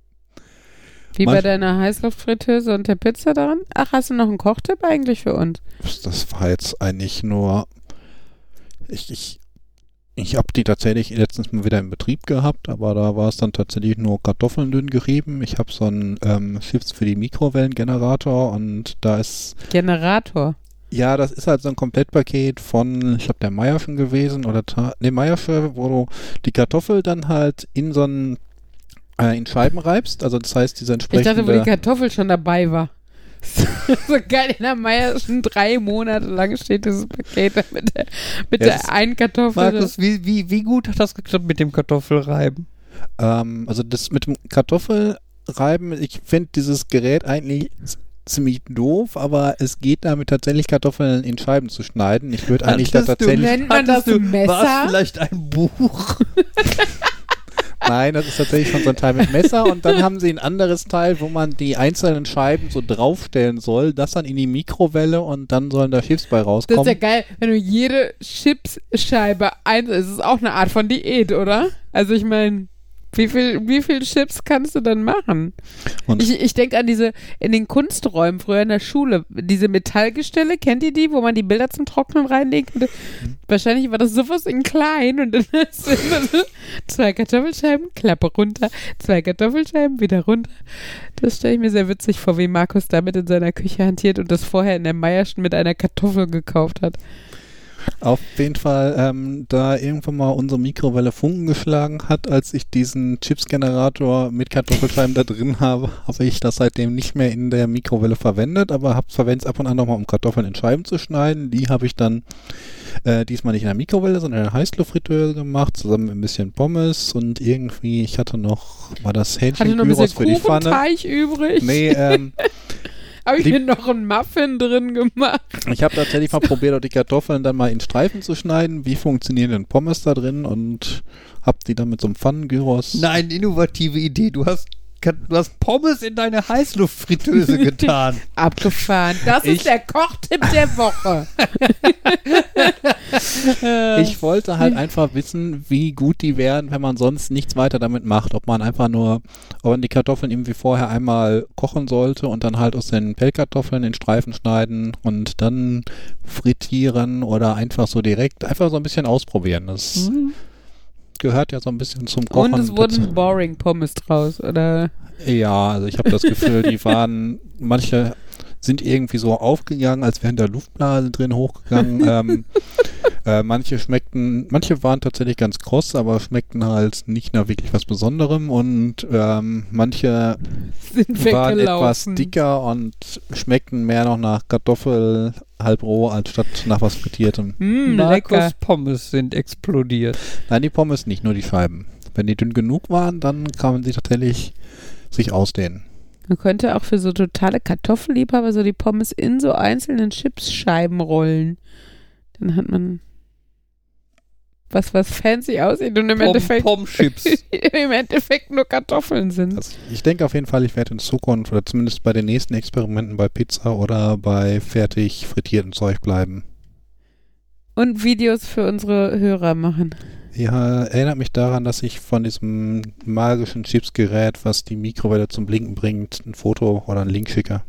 Wie bei Manch- deiner Heißluftfritteuse und der Pizza daran. Ach, hast du noch einen Kochtipp eigentlich für uns? das war jetzt eigentlich nur, ich, ich, ich habe die tatsächlich letztens mal wieder in Betrieb gehabt, aber da war es dann tatsächlich nur Kartoffeln dünn gerieben. Ich habe so einen ähm, Chips für die Mikrowellengenerator und da ist, Generator. ja, das ist halt so ein Komplettpaket von, ich glaube, der Meierschen gewesen oder, Ta- ne, Meiersche, wo du die Kartoffel dann halt in so einen, äh, in Scheiben reibst, also das heißt, diese Ich entsprechende... dachte, wo die Kartoffel schon dabei war. So geil, in der Meier schon drei Monate lang steht dieses Paket da mit der, mit Ja, das- der einen Kartoffel. Markus, wie, wie, wie gut hat das geklappt mit dem Kartoffelreiben? Ähm, also das mit dem Kartoffelreiben, ich finde dieses Gerät eigentlich z- ziemlich doof, aber es geht damit tatsächlich Kartoffeln in Scheiben zu schneiden. Ich würde eigentlich da Hattest du- tatsächlich... Nennt man das Hattest du, Messer? War es vielleicht ein Buch? Nein, das ist tatsächlich schon so ein Teil mit Messer und dann haben sie ein anderes Teil, wo man die einzelnen Scheiben so draufstellen soll, das dann in die Mikrowelle und dann sollen da Chips bei Das ist rauskommen. ja geil, wenn du jede Chipsscheibe ein... Es ist auch eine Art von Diät, oder? Also ich meine, wie viel, wie viel Chips kannst du dann machen? Und- ich ich denke an diese, in den Kunsträumen früher in der Schule, diese Metallgestelle, kennt ihr die, wo man die Bilder zum Trocknen reinlegen konnte? Mhm. Wahrscheinlich war das sowas in klein und dann hast du immer so zwei Kartoffelscheiben, Klappe runter, zwei Kartoffelscheiben, wieder runter. Das stelle ich mir sehr witzig vor, wie Markus damit in seiner Küche hantiert und das vorher in der Meierschen mit einer Kartoffel gekauft hat. Auf jeden Fall, ähm, da irgendwann mal unsere Mikrowelle Funken geschlagen hat, als ich diesen Chips-Generator mit Kartoffelscheiben da drin habe, habe ich das seitdem nicht mehr in der Mikrowelle verwendet, aber verwende es ab und an nochmal, um Kartoffeln in Scheiben zu schneiden. Die habe ich dann äh, diesmal nicht in der Mikrowelle, sondern in der Heißluftfritteuse gemacht, zusammen mit ein bisschen Pommes und irgendwie, ich hatte noch, war das Hatte noch ein Hähnchen-Gyros bisschen für die Pfanne. Kuchenteig übrig. Nee, ähm, Habe ich die- mir noch einen Muffin drin gemacht. ich habe tatsächlich mal probiert, auch die Kartoffeln dann mal in Streifen zu schneiden. Wie funktionieren denn Pommes da drin? Und hab die dann mit so einem Pfannengyros. Nein, innovative Idee. Du hast, du hast Pommes in deine Heißluftfritteuse getan. Abgefahren. Das Ich- ist der Kochtipp der Woche. Ich wollte halt einfach wissen, wie gut die wären, wenn man sonst nichts weiter damit macht. Ob man einfach nur, ob man die Kartoffeln irgendwie vorher einmal kochen sollte und dann halt aus den Pellkartoffeln in Streifen schneiden und dann frittieren oder einfach so direkt, einfach so ein bisschen ausprobieren. Das, gehört ja so ein bisschen zum Kochen. Und es wurden boring Pommes draus, oder? Ja, also ich habe das Gefühl, die waren, manche sind irgendwie so aufgegangen, als wären da Luftblasen drin hochgegangen. ähm, äh, manche schmeckten, manche waren tatsächlich ganz kross, aber schmeckten halt nicht nach wirklich was Besonderem und ähm, manche Sind waren etwas weggelaufen. dicker und schmeckten mehr noch nach Kartoffel halb roh, anstatt nach was Frittiertem. Mm, Markus lecker. Pommes sind explodiert. Nein, die Pommes nicht, nur die Scheiben. Wenn die dünn genug waren, dann kann man sie tatsächlich sich ausdehnen. Man könnte auch für so totale Kartoffelliebhaber so die Pommes in so einzelnen Chipsscheiben rollen. Dann hat man was, was fancy aussieht und im Pom, Endeffekt Pom-Chips. im Endeffekt nur Kartoffeln sind. Also ich denke auf jeden Fall, ich werde in Zukunft oder zumindest bei den nächsten Experimenten bei Pizza oder bei fertig frittiertem Zeug bleiben. Und Videos für unsere Hörer machen. Ja, erinnert mich daran, dass ich von diesem magischen Chipsgerät, was die Mikrowelle zum Blinken bringt, ein Foto oder einen Link schicke.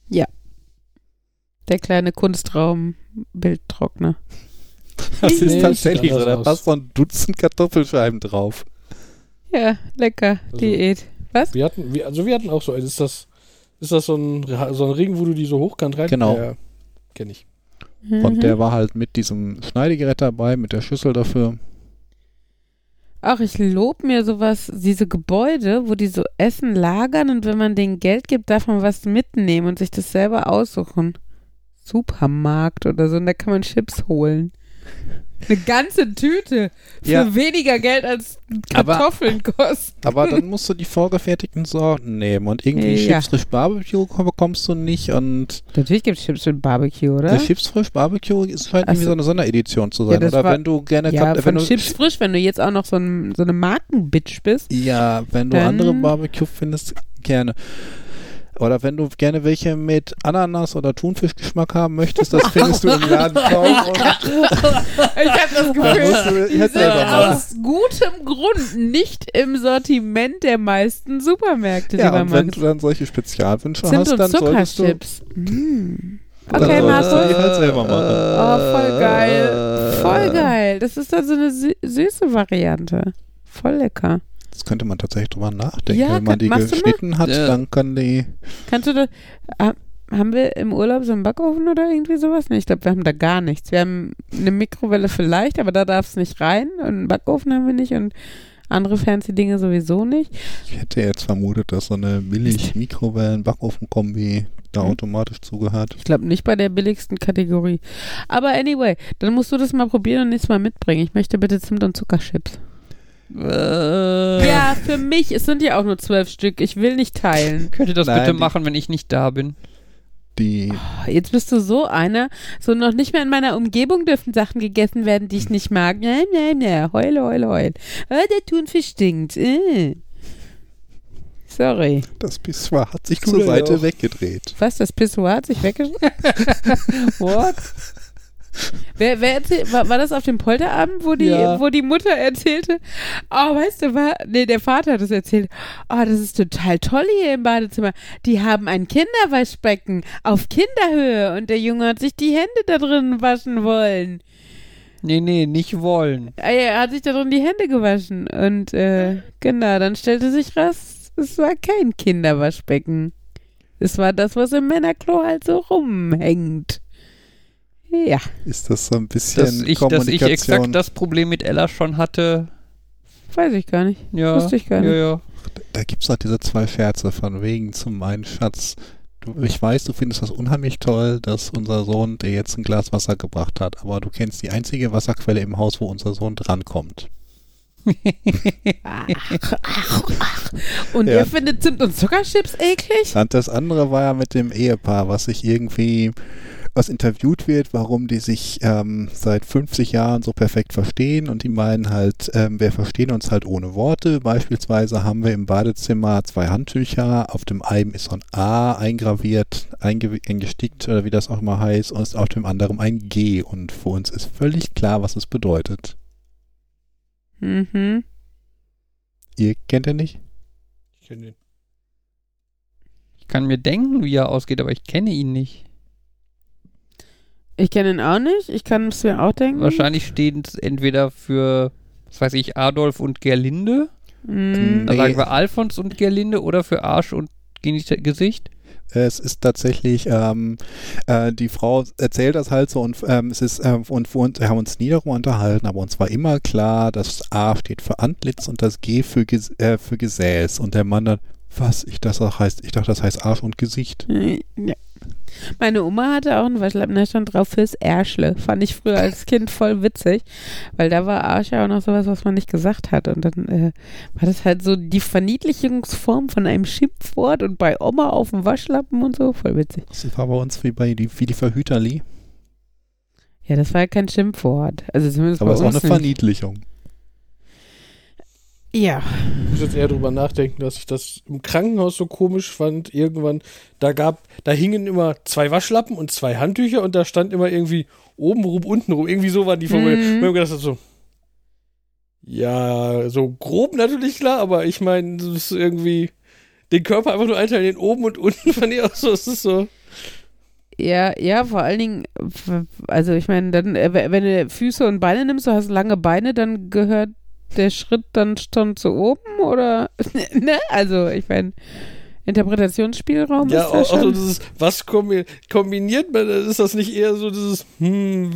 Der kleine Kunstraum-Bildtrockner. Das ist Nee, tatsächlich sieht so, da anders passt aus. so ein Dutzend Kartoffelscheiben drauf. Ja, lecker. Also- Diät. Was? Wir hatten, wir, also wir hatten auch so, ist das, ist das so ein, so ein Ring, wo du die so hochkant rein? Genau. Ja, kenn ich. Und Mhm. der war halt mit diesem Schneidegerät dabei, mit der Schüssel dafür. Ach, ich lob mir sowas, diese Gebäude, wo die so Essen lagern und wenn man denen Geld gibt, darf man was mitnehmen und sich das selber aussuchen. Supermarkt oder so, und da kann man Chips holen. Eine ganze Tüte für Ja. weniger Geld als Aber- Kartoffeln kosten. Aber dann musst du die vorgefertigten Sorten nehmen und irgendwie Ja. Chips frisch Barbecue bekommst du nicht und Natürlich gibt es Chips mit Barbecue, oder? der Chips frisch Barbecue ist halt Ach irgendwie so. so eine Sonderedition zu Ja, sein. das Oder war- wenn du gerne ja, Kat- wenn von du Chips frisch, wenn du jetzt auch noch so, ein, so eine Markenbitch bist. Ja, wenn du Dann- andere Barbecue findest, gerne. Oder wenn du gerne welche mit Ananas oder Thunfischgeschmack haben möchtest, das findest du im Laden kaum. Und Ich habe das dann musst Gefühl, du die jetzt sind selber machen. aus gutem Grund nicht im Sortiment der meisten Supermärkte, die Ja, man und wenn mag. du dann solche Spezialwünsche Zimt hast, und dann solltest du, Zuckerchips. Mm. dann Okay, solltest du die Markus. halt selber machen. Oh, voll geil. Voll geil. Das ist dann so eine sü süße Variante. Voll lecker. Das könnte man tatsächlich drüber nachdenken. Ja, Wenn man die machst du mal? geschnitten hat, Ja. dann kann die... Kannst du da, ah, haben wir im Urlaub so einen Backofen oder irgendwie sowas? Nee, ich glaube, wir haben da gar nichts. Wir haben eine Mikrowelle vielleicht, aber da darf es nicht rein. Und einen Backofen haben wir nicht und andere fancy Dinge sowieso nicht. Ich hätte jetzt vermutet, dass so eine Billig-Mikrowellen-Backofen-Kombi da Mhm. automatisch zugehört. Ich glaube nicht bei der billigsten Kategorie. Aber anyway, dann musst du das mal probieren und nächstes Mal mitbringen. Ich möchte bitte Zimt- und Zuckerchips. Äh, Ja, für mich. Es sind ja auch nur zwölf Stück. Ich will nicht teilen. Könnt ihr das Nein, bitte die- machen, wenn ich nicht da bin? Die, Jetzt bist du so einer. So noch nicht mehr in meiner Umgebung dürfen Sachen gegessen werden, die ich nicht mag. Nein, nein, nein. Heul, heul, heul. Oh, der Thunfisch stinkt. Äh. Sorry. das Pissoir hat sich Tut zur er Seite auch. weggedreht. Was, das Pissoir hat sich weggeschrieben? What? Wer, wer erzählt, war, war das auf dem Polterabend, wo die, Ja. wo die Mutter erzählte, oh, weißt du, war, nee, der Vater hat es erzählt, oh, das ist total toll hier im Badezimmer. Die haben ein Kinderwaschbecken auf Kinderhöhe und der Junge hat sich die Hände da drin waschen wollen. Nee, nee, nicht wollen. Er hat sich da drin die Hände gewaschen und äh, genau, dann stellte sich raus, es war kein Kinderwaschbecken. Es war das, was im Männerklo halt so rumhängt. Ja. Ist das so ein bisschen Dass ich, dass ich Kommunikation? exakt das Problem mit Ella schon hatte. Weiß ich gar nicht. Ja, Wusste ich gar nicht. Ja, ja. Da gibt es halt diese zwei Scherze von wegen zum einen, Schatz, du, ich weiß, du findest das unheimlich toll, dass unser Sohn dir jetzt ein Glas Wasser gebracht hat, aber du kennst die einzige Wasserquelle im Haus, wo unser Sohn drankommt. Und Ja. ihr findet Zimt- und Zuckerchips eklig? Und das andere war ja mit dem Ehepaar, was sich irgendwie, was interviewt wird, warum die sich ähm, seit fünfzig Jahren so perfekt verstehen und die meinen halt, ähm, wir verstehen uns halt ohne Worte. Beispielsweise haben wir im Badezimmer zwei Handtücher, auf dem einen ist so ein A eingraviert, einge eingestickt oder wie das auch immer heißt und auf dem anderen ein G und für uns ist völlig klar, was es bedeutet. Mhm. Ihr kennt ihr nicht? Ich kenn den. Ich kann mir denken, wie er ausgeht, aber ich kenne ihn nicht. Ich kenne ihn auch nicht. Ich kann es mir auch denken. Wahrscheinlich steht es entweder für was weiß ich, Adolf und Gerlinde. Mm. Da Nee. sagen wir Alfons und Gerlinde oder für Arsch und Genita- Gesicht. Es ist tatsächlich, ähm, äh, die Frau erzählt das halt so und ähm, es ist, ähm, und wir uns- wir haben uns nie darüber unterhalten, aber uns war immer klar, das A steht für Antlitz und das G für, Ges äh, für Gesäß. Und der Mann dann, was? Ich dachte, das heißt, ich dachte, das heißt Arsch und Gesicht. Ja. Meine Oma hatte auch einen Waschlappen, da stand drauf fürs Ärschle. Fand ich früher als Kind voll witzig, weil da war Arsch ja auch noch sowas, was man nicht gesagt hat. Und dann äh, war das halt so die Verniedlichungsform von einem Schimpfwort und bei Oma auf dem Waschlappen und so. Voll witzig. Das war bei uns wie bei die, wie die Verhüterli. Ja, das war ja kein Schimpfwort. Also zumindest Aber bei es ist auch uns eine nicht. Verniedlichung. Ja. Ich muss jetzt eher drüber nachdenken, dass ich das im Krankenhaus so komisch fand. Irgendwann, da gab, da hingen immer zwei Waschlappen und zwei Handtücher und da stand immer irgendwie oben rum, unten rum. Irgendwie so waren die formuliert. Mhm. Und ich hab gedacht, so, ja, so grob natürlich klar, aber ich meine, das ist irgendwie den Körper einfach nur einteilen, den oben und unten fand ich auch so, es ist so. Ja, ja, vor allen Dingen, w- also ich meine, dann, äh, w- wenn du Füße und Beine nimmst, du hast lange Beine, dann gehört der Schritt dann schon zu oben oder, ne? Also ich meine, Interpretationsspielraum Ja, ist da auch, auch so schon. dieses, was kombi kombiniert man, ist das nicht eher so dieses, hm,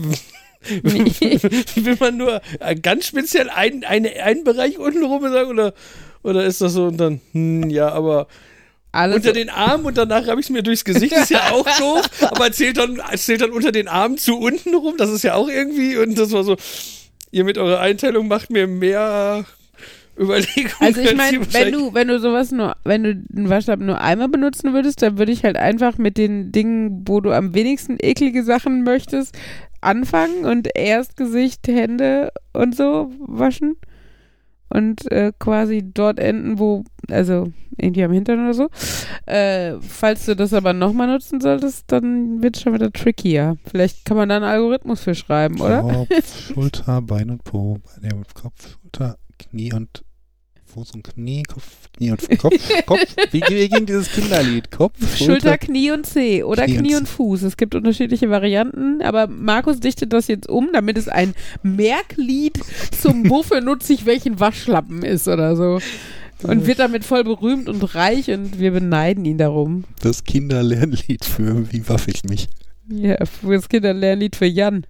will man nur ganz speziell einen, einen, einen Bereich unten rum sagen oder, oder ist das so und dann, hm, ja, aber Alles unter den Armen und danach habe ich es mir durchs Gesicht, ist ja auch doof, aber zählt dann, zählt dann unter den Armen zu unten rum, das ist ja auch irgendwie und das war so, ihr mit eurer Einteilung macht mir mehr Überlegungen. Also ich als meine, ihr wenn wahrscheinlich- du, wenn du sowas nur, wenn du einen Waschlappen nur einmal benutzen würdest, dann würde ich halt einfach mit den Dingen, wo du am wenigsten eklige Sachen möchtest, anfangen und erst Gesicht, Hände und so waschen und äh, quasi dort enden, wo, also irgendwie am Hintern oder so. Äh, falls du das aber nochmal nutzen solltest, dann wird es schon wieder trickier. Vielleicht kann man da einen Algorithmus für schreiben, oder? Kopf, Schulter, Bein und Po. Nee, Kopf, Schulter, Knie und Fuß und Knie, Kopf, Knie und Kopf. Kopf. Wie, wie ging dieses Kinderlied? Kopf, Schulter, Schulter, Knie und Zeh oder Knie und Knie und, Zeh. Fuß. Es gibt unterschiedliche Varianten, aber Markus dichtet das jetzt um, damit es ein Merklied zum Wofür nutze ich welchen Waschlappen ist oder so. Und wird damit voll berühmt und reich und wir beneiden ihn darum. Das Kinderlernlied für Wie waffe ich mich? Ja, für das Kinderlernlied für Jan.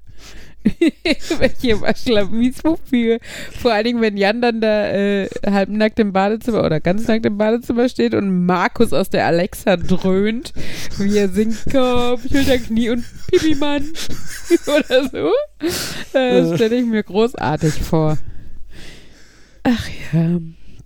Welche Waschlappen ist wofür? Vor allen Dingen, wenn Jan dann da äh, halbnackt im Badezimmer oder ganz nackt im Badezimmer steht und Markus aus der Alexa dröhnt, wie er singt Kopf, Schulter, Knie und Pipi-Mann oder so. Äh, Das stelle ich mir großartig vor. Ach ja.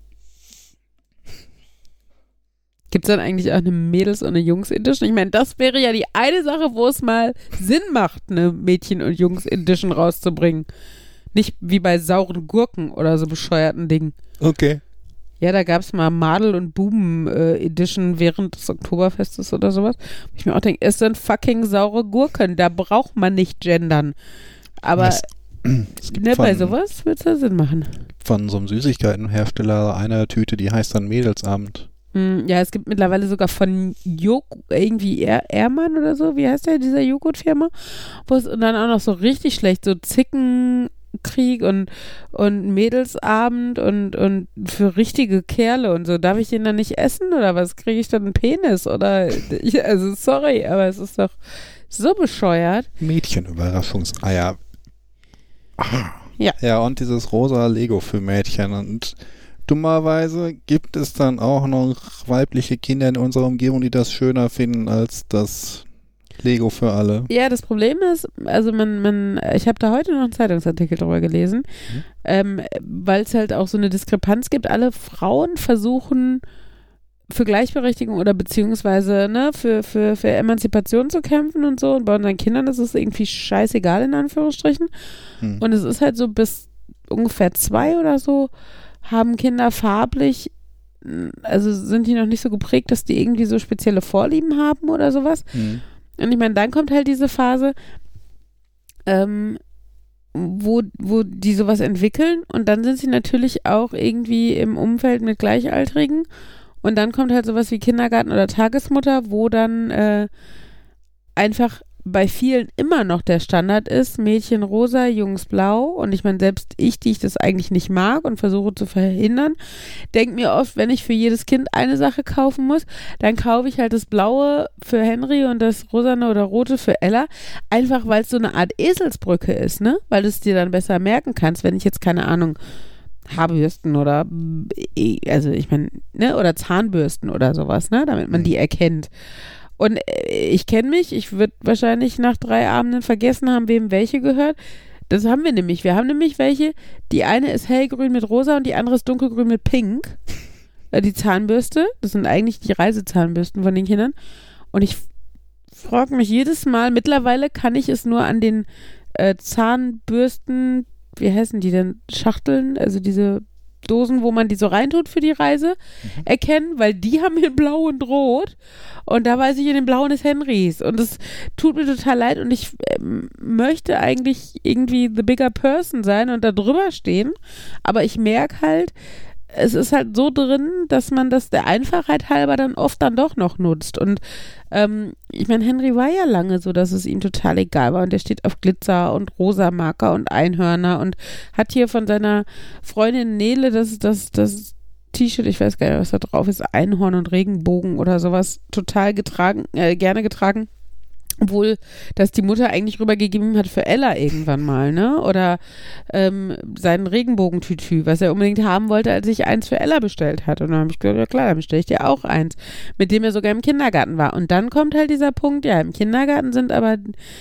Gibt es dann eigentlich auch eine Mädels- und eine Jungs-Edition? Ich meine, das wäre ja die eine Sache, wo es mal Sinn macht, eine Mädchen- und Jungs-Edition rauszubringen. Nicht wie bei sauren Gurken oder so bescheuerten Dingen. Okay. Ja, da gab es mal Madel- und Buben-Edition während des Oktoberfestes oder sowas. Wo ich mir auch denke, es sind fucking saure Gurken, da braucht man nicht gendern. Aber Es- Es gibt ne, bei von, sowas wird es ja Sinn machen. von so einem Süßigkeitenhersteller eine Tüte, die heißt dann Mädelsabend. Hm, ja, es gibt mittlerweile sogar von Jok irgendwie er Ehrmann oder so, wie heißt der, dieser Joghurtfirma, wo es und dann auch noch so richtig schlecht, so Zickenkrieg und, und Mädelsabend und, und für richtige Kerle und so. Darf ich den dann nicht essen oder was? Kriege ich dann einen Penis? Oder, ich, also sorry, aber es ist doch so bescheuert. Mädchenüberraschungseier. Ah. Ja. Ja, und dieses rosa Lego für Mädchen. Und dummerweise gibt es dann auch noch weibliche Kinder in unserer Umgebung, die das schöner finden als das Lego für alle. Ja, das Problem ist, also man, man, ich habe da heute noch einen Zeitungsartikel drüber gelesen, Mhm. ähm, weil es halt auch so eine Diskrepanz gibt. Alle Frauen versuchen für Gleichberechtigung oder beziehungsweise ne, für, für, für Emanzipation zu kämpfen und so. Und bei unseren Kindern ist es irgendwie scheißegal, in Anführungsstrichen. Hm. Und es ist halt so, bis ungefähr zwei oder so haben Kinder farblich, also sind die noch nicht so geprägt, dass die irgendwie so spezielle Vorlieben haben oder sowas. Hm. Und ich meine, dann kommt halt diese Phase, ähm, wo, wo die sowas entwickeln und dann sind sie natürlich auch irgendwie im Umfeld mit Gleichaltrigen und dann kommt halt sowas wie Kindergarten oder Tagesmutter, wo dann äh, einfach bei vielen immer noch der Standard ist, Mädchen rosa, Jungs blau. Und ich meine, selbst ich, die ich das eigentlich nicht mag und versuche zu verhindern, denke mir oft, wenn ich für jedes Kind eine Sache kaufen muss, dann kaufe ich halt das Blaue für Henry und das Rosane oder Rote für Ella. Einfach, weil es so eine Art Eselsbrücke ist, ne? Weil du es dir dann besser merken kannst, wenn ich jetzt, keine Ahnung, Haarbürsten oder, also ich meine, ne? Oder Zahnbürsten oder sowas, ne? Damit man die erkennt. Und ich kenne mich, ich würde wahrscheinlich nach drei Abenden vergessen haben, wem welche gehört. Das haben wir nämlich. Wir haben nämlich welche, die eine ist hellgrün mit rosa und die andere ist dunkelgrün mit pink. Die Zahnbürste, das sind eigentlich die Reisezahnbürsten von den Kindern. Und ich frage mich jedes Mal, mittlerweile kann ich es nur an den äh, Zahnbürsten, wie heißen die denn, Schachteln, also diese Dosen, wo man die so reintut für die Reise, mhm. erkennen, weil die haben in blau und rot und da weiß ich, in den blauen ist Henrys und es tut mir total leid und ich äh, möchte eigentlich irgendwie the bigger person sein und da drüber stehen, aber ich merke halt, es ist halt so drin, dass man das der Einfachheit halber dann oft dann doch noch nutzt und ähm, ich meine, Henry war ja lange so, dass es ihm total egal war und der steht auf Glitzer und rosa Marker und Einhörner und hat hier von seiner Freundin Nele das, das, das T-Shirt, ich weiß gar nicht, was da drauf ist, Einhorn und Regenbogen oder sowas, total getragen, äh, gerne getragen. Obwohl das die Mutter eigentlich rübergegeben hat für Ella irgendwann mal, ne? Oder ähm, seinen Regenbogentütü, was er unbedingt haben wollte, als ich eins für Ella bestellt hatte. Und dann habe ich gesagt, ja klar, dann bestelle ich dir auch eins. Mit dem er sogar im Kindergarten war. Und dann kommt halt dieser Punkt, ja, im Kindergarten sind aber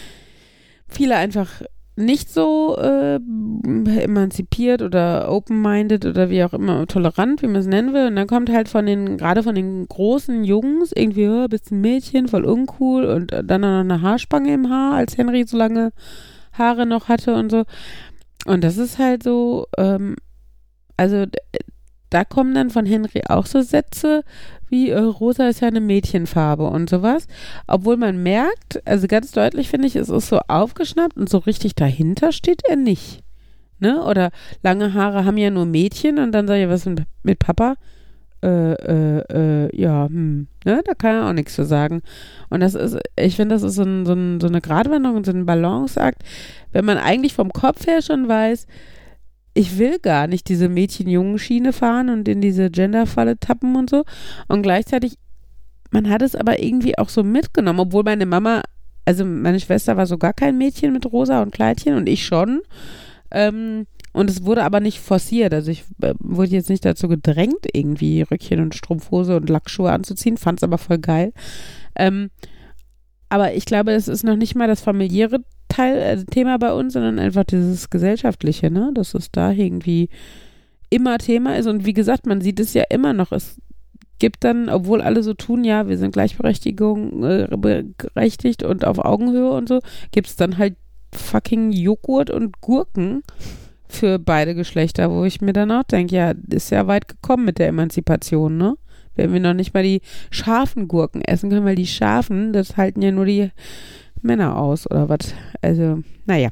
viele einfach nicht so äh, emanzipiert oder open-minded oder wie auch immer, tolerant, wie man es nennen will. Und dann kommt halt von den, gerade von den großen Jungs, irgendwie, oh, bist ein Mädchen, voll uncool und dann noch eine Haarspange im Haar, als Henry so lange Haare noch hatte und so. Und das ist halt so, ähm, also da kommen dann von Henry auch so Sätze wie äh, rosa ist ja eine Mädchenfarbe und sowas. Obwohl man merkt, also ganz deutlich finde ich, es ist so aufgeschnappt und so richtig dahinter steht er nicht. Ne? Oder lange Haare haben ja nur Mädchen und dann sage ich, was mit, mit Papa? Äh, äh, äh, ja, hm, ne? Da kann er auch nichts zu sagen. Und das ist, ich finde, das ist so, ein, so, ein, so eine Gratwanderung und so ein Balanceakt, wenn man eigentlich vom Kopf her schon weiß, ich will gar nicht diese Mädchen-Jungen-Schiene fahren und in diese Gender-Falle tappen und so. Und gleichzeitig, man hat es aber irgendwie auch so mitgenommen, obwohl meine Mama, also meine Schwester war so gar kein Mädchen mit Rosa und Kleidchen und ich schon. Ähm, und es wurde aber nicht forciert. Also ich äh, wurde jetzt nicht dazu gedrängt, irgendwie Röckchen und Strumpfhose und Lackschuhe anzuziehen, fand es aber voll geil. Ähm, aber ich glaube, das ist noch nicht mal das familiäre Teil, also Thema bei uns, sondern einfach dieses Gesellschaftliche, ne, dass es da irgendwie immer Thema ist und wie gesagt, man sieht es ja immer noch, es gibt dann, obwohl alle so tun, ja, wir sind Gleichberechtigung äh, berechtigt und auf Augenhöhe und so, gibt es dann halt fucking Joghurt und Gurken für beide Geschlechter, wo ich mir dann auch denke, ja, ist ja weit gekommen mit der Emanzipation, ne? Wenn wir noch nicht mal die scharfen Gurken essen können, weil die scharfen, das halten ja nur die Männer aus oder was. Also, naja.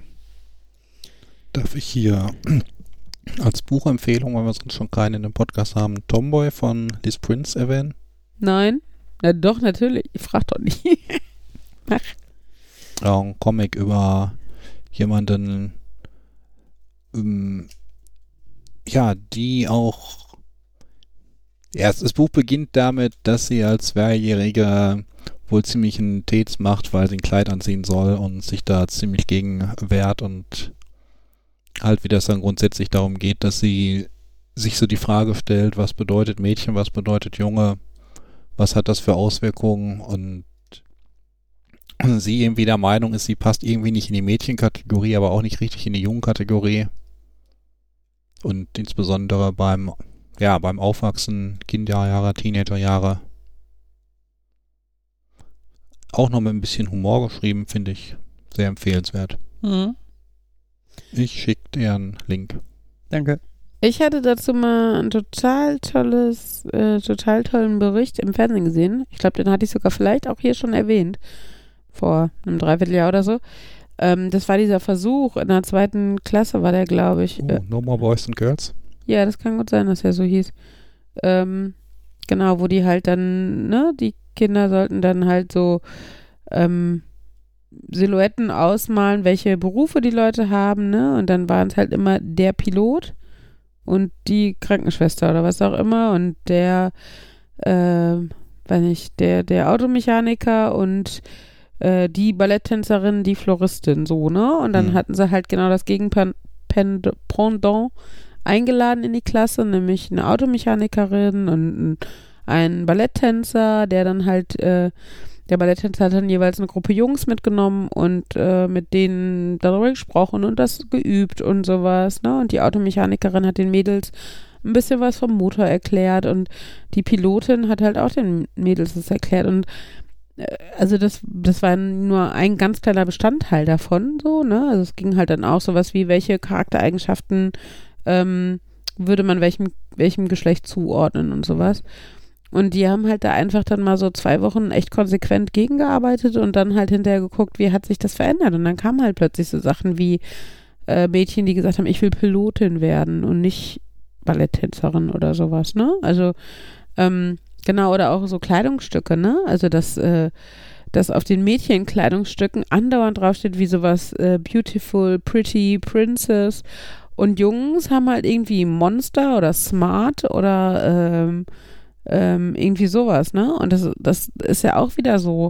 Darf ich hier als Buchempfehlung, weil wir sonst schon keinen in dem Podcast haben, Tomboy von Liz Prince erwähnen? Nein. Na doch, natürlich. Ich frag doch nicht. Ach. Ja, ein Comic über jemanden, ähm, ja, die auch erst das Buch beginnt damit, dass sie als Zweijährige wohl ziemlich einen Tets macht, weil sie ein Kleid anziehen soll und sich da ziemlich gegen wehrt und halt wie das dann grundsätzlich darum geht, dass sie sich so die Frage stellt, was bedeutet Mädchen, was bedeutet Junge, was hat das für Auswirkungen und sie irgendwie der Meinung ist, sie passt irgendwie nicht in die Mädchenkategorie, aber auch nicht richtig in die Jungenkategorie und insbesondere beim ja, beim Aufwachsen, Kinderjahre, Teenagerjahre. Auch noch mit ein bisschen Humor geschrieben, finde ich sehr empfehlenswert. Mhm. Ich schicke dir einen Link. Danke. Ich hatte dazu mal ein total tolles, äh, total tollen Bericht im Fernsehen gesehen. Ich glaube, den hatte ich sogar vielleicht auch hier schon erwähnt. Vor einem Dreivierteljahr oder so. Ähm, das war dieser Versuch, in der zweiten Klasse war der, glaube ich. Oh, No More Boys and Girls? Ja, das kann gut sein, dass er so hieß. Ähm, genau, wo die halt dann, ne, die Kinder sollten dann halt so ähm, Silhouetten ausmalen, welche Berufe die Leute haben, ne? Und dann waren es halt immer der Pilot und die Krankenschwester oder was auch immer und der, äh, weiß nicht, der, der Automechaniker und äh, die Balletttänzerin, die Floristin, so, ne? Und dann mhm. hatten sie halt genau das Gegenpendant eingeladen in die Klasse, nämlich eine Automechanikerin und ein Balletttänzer, der dann halt, äh, der Balletttänzer hat dann jeweils eine Gruppe Jungs mitgenommen und äh, mit denen darüber gesprochen und das geübt und sowas, ne? Und die Automechanikerin hat den Mädels ein bisschen was vom Motor erklärt und die Pilotin hat halt auch den Mädels das erklärt und äh, also das, das war nur ein ganz kleiner Bestandteil davon, so, ne? Also es ging halt dann auch sowas wie, welche Charaktereigenschaften ähm, würde man welchem, welchem Geschlecht zuordnen und sowas. Und die haben halt da einfach dann mal so zwei Wochen echt konsequent gegengearbeitet und dann halt hinterher geguckt, wie hat sich das verändert. Und dann kamen halt plötzlich so Sachen wie äh, Mädchen, die gesagt haben, ich will Pilotin werden und nicht Balletttänzerin oder sowas, ne? Also, ähm, genau, oder auch so Kleidungsstücke, ne? Also, dass, äh, dass auf den Mädchenkleidungsstücken andauernd draufsteht, wie sowas äh, beautiful, pretty, princess. Und Jungs haben halt irgendwie Monster oder smart oder ähm, ähm, irgendwie sowas, ne? Und das, das ist ja auch wieder so,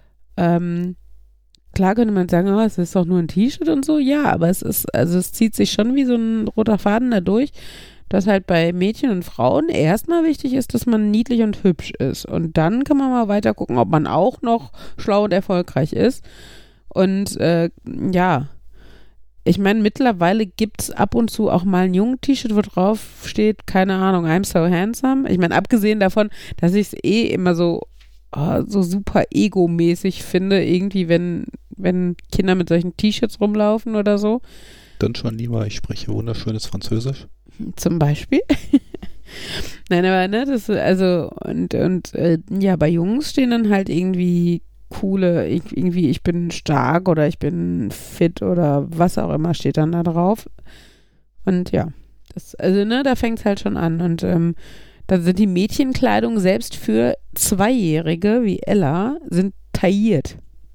ähm, klar könnte man sagen, oh, es ist doch nur ein T-Shirt und so, ja, aber es ist, also es zieht sich schon wie so ein roter Faden da durch, dass halt bei Mädchen und Frauen erstmal wichtig ist, dass man niedlich und hübsch ist. Und dann kann man mal weiter gucken, ob man auch noch schlau und erfolgreich ist. Und äh, ja, ich meine, mittlerweile gibt es ab und zu auch mal ein Jungen-T-Shirt, wo drauf steht, keine Ahnung, I'm so handsome. Ich meine, abgesehen davon, dass ich es eh immer so, oh, so super egomäßig finde, irgendwie, wenn, wenn Kinder mit solchen T-Shirts rumlaufen oder so. Dann schon lieber, ich spreche wunderschönes Französisch. Zum Beispiel. Nein, aber ne, das also und, und äh, ja, bei Jungs stehen dann halt irgendwie coole, ich, irgendwie ich bin stark oder ich bin fit oder was auch immer steht dann da drauf. Und ja, das, also ne, da fängt es halt schon an. Und ähm, da sind die Mädchenkleidung selbst für Zweijährige wie Ella sind tailliert.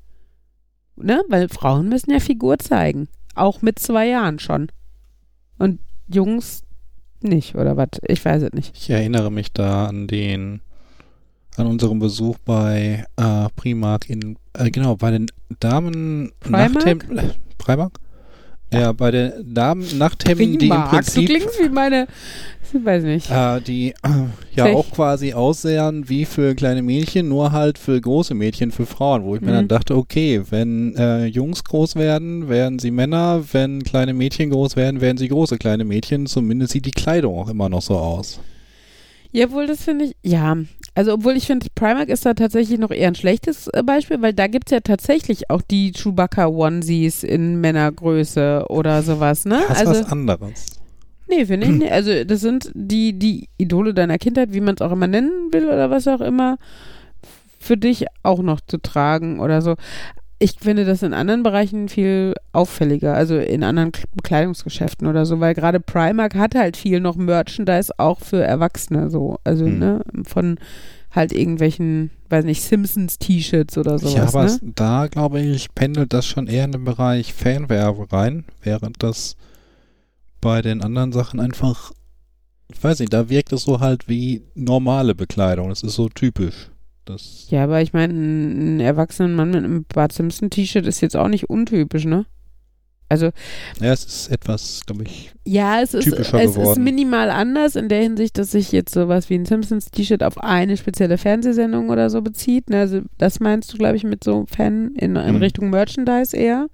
Ne, weil Frauen müssen ja Figur zeigen. Auch mit zwei Jahren schon. Und Jungs nicht, oder was? Ich weiß es nicht. Ich erinnere mich da an den an unserem Besuch bei äh, Primark in, äh, genau, bei den Damen Nachthemden. Äh, Primark? Ja. ja, bei den Damen Nachthemden, die im Prinzip. Du klingst wie meine, ich weiß nicht. Äh, die äh, ja Vielleicht. auch quasi aussehen wie für kleine Mädchen, nur halt für große Mädchen, für Frauen, wo ich mhm. mir dann dachte, okay, wenn äh, Jungs groß werden, werden sie Männer, wenn kleine Mädchen groß werden, werden sie große kleine Mädchen, zumindest sieht die Kleidung auch immer noch so aus. Ja, wohl, das finde ich, ja, also obwohl ich finde, Primark ist da tatsächlich noch eher ein schlechtes äh, Beispiel, weil da gibt es ja tatsächlich auch die Chewbacca-Onesies in Männergröße oder sowas, ne? Das ist also, was anderes. Nee, finde ich nicht. Also das sind die, die Idole deiner Kindheit, wie man es auch immer nennen will oder was auch immer, für dich auch noch zu tragen oder so. Ich finde das in anderen Bereichen viel auffälliger, also in anderen Bekleidungsgeschäften oder so, weil gerade Primark hat halt viel noch Merchandise auch für Erwachsene so, also hm. ne, von halt irgendwelchen, weiß nicht, Simpsons-T-Shirts oder sowas. Ja, aber ne? es, da glaube ich, pendelt das schon eher in den Bereich Fanwerbung rein, während das bei den anderen Sachen einfach, ich weiß nicht, da wirkt es so halt wie normale Bekleidung, das ist so typisch. Das ja, aber ich meine, ein, ein erwachsener Mann mit einem Bart Simpson-T-Shirt ist jetzt auch nicht untypisch, ne? Also. Ja, es ist etwas, glaube ich, ja, es ist, typischer es geworden. ist minimal anders in der Hinsicht, dass sich jetzt sowas wie ein Simpsons-T-Shirt auf eine spezielle Fernsehsendung oder so bezieht. Ne? Also, das meinst du, glaube ich, mit so Fan in, in mhm. Richtung Merchandise eher.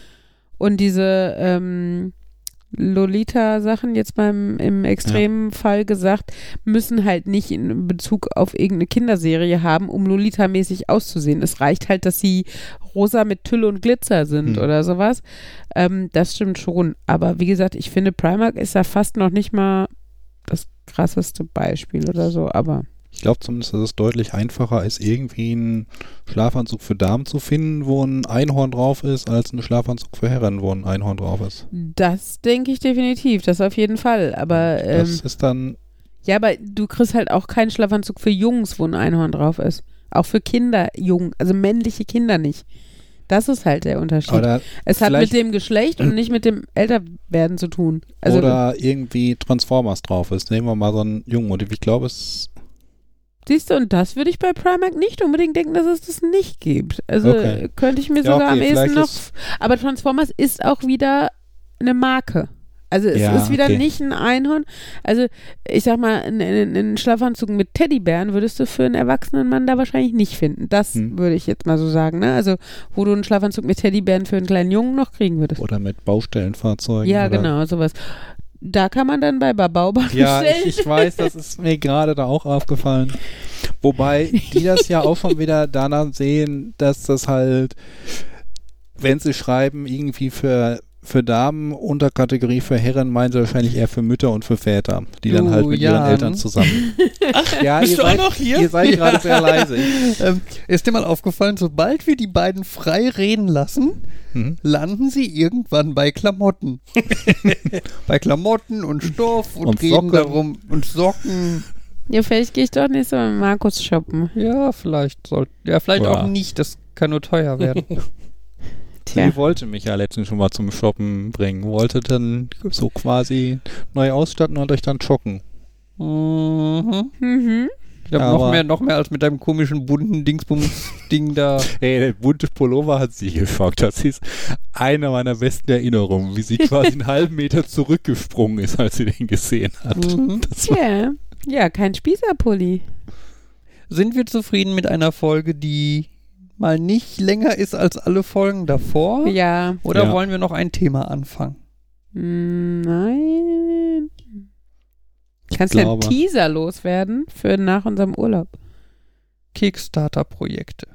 Und diese, ähm, Lolita-Sachen jetzt beim im extremen ja. Fall gesagt, müssen halt nicht in Bezug auf irgendeine Kinderserie haben, um Lolita-mäßig auszusehen. Es reicht halt, dass sie rosa mit Tülle und Glitzer sind hm. oder sowas. Ähm, das stimmt schon. Aber wie gesagt, ich finde, Primark ist ja fast noch nicht mal das krasseste Beispiel oder so, aber ich glaube zumindest, dass es deutlich einfacher ist, irgendwie einen Schlafanzug für Damen zu finden, wo ein Einhorn drauf ist, als einen Schlafanzug für Herren, wo ein Einhorn drauf ist. Das denke ich definitiv, das auf jeden Fall. Aber ähm, das ist dann. Ja, aber du kriegst halt auch keinen Schlafanzug für Jungs, wo ein Einhorn drauf ist. Auch für Kinder, jung, also männliche Kinder nicht. Das ist halt der Unterschied. Oder es hat vielleicht- mit dem Geschlecht und nicht mit dem Älterwerden zu tun. Also oder irgendwie Transformers drauf ist. Nehmen wir mal so einen Jungmotiv. Ich glaube, es siehst du, und das würde ich bei Primark nicht unbedingt denken, dass es das nicht gibt. Also Okay. könnte ich mir Ja, sogar okay, am ehesten vielleicht noch. ist- Aber Transformers ist auch wieder eine Marke. Also es Ja, ist wieder okay. nicht ein Einhorn. Also ich sag mal, einen Schlafanzug mit Teddybären würdest du für einen erwachsenen Mann da wahrscheinlich nicht finden. Das Hm. würde ich jetzt mal so sagen. Ne? Also wo du einen Schlafanzug mit Teddybären für einen kleinen Jungen noch kriegen würdest. oder mit Baustellenfahrzeugen. Ja, oder genau, sowas. Da kann man dann bei Babauba Ja, bestellen. ich, ich weiß, das ist mir gerade da auch aufgefallen. Wobei die das ja auch schon wieder danach sehen, dass das halt, wenn sie schreiben, irgendwie für, für Damen, Unterkategorie für Herren, meinen sie wahrscheinlich eher für Mütter und für Väter, die dann Du, halt mit Jan. ihren Eltern zusammen. ja, bist ihr du auch seid, noch hier? ihr seid gerade sehr leise. Ähm, ist dir mal aufgefallen, sobald wir die beiden frei reden lassen, Mhm. landen sie irgendwann bei Klamotten. Bei Klamotten und Stoff und, Und reden Socken. darum und Socken. Ja, vielleicht gehe ich doch nächstes Mal mit Markus shoppen. Ja, vielleicht soll, ja, vielleicht Ja. auch nicht. Das kann nur teuer werden. Tja. Sie wollte mich ja letztens schon mal zum Shoppen bringen. Wollte dann so quasi neu ausstatten und euch dann schocken. mhm. Mhm. Ich glaube, Aber- noch mehr, noch mehr als mit deinem komischen bunten Dingsbums-Ding da. Ey, der bunte Pullover hat sie geschockt. Das ist eine meiner besten Erinnerungen, wie sie quasi einen halben Meter zurückgesprungen ist, als sie den gesehen hat. Mhm. Das war, Ja. Ja, kein Spießerpulli. Sind wir zufrieden mit einer Folge, die mal nicht länger ist als alle Folgen davor? Ja. Oder Ja. wollen wir noch ein Thema anfangen? Mm, Nein. Kannst du einen glaube- Teaser loswerden für nach unserem Urlaub? Kickstarter-Projekte.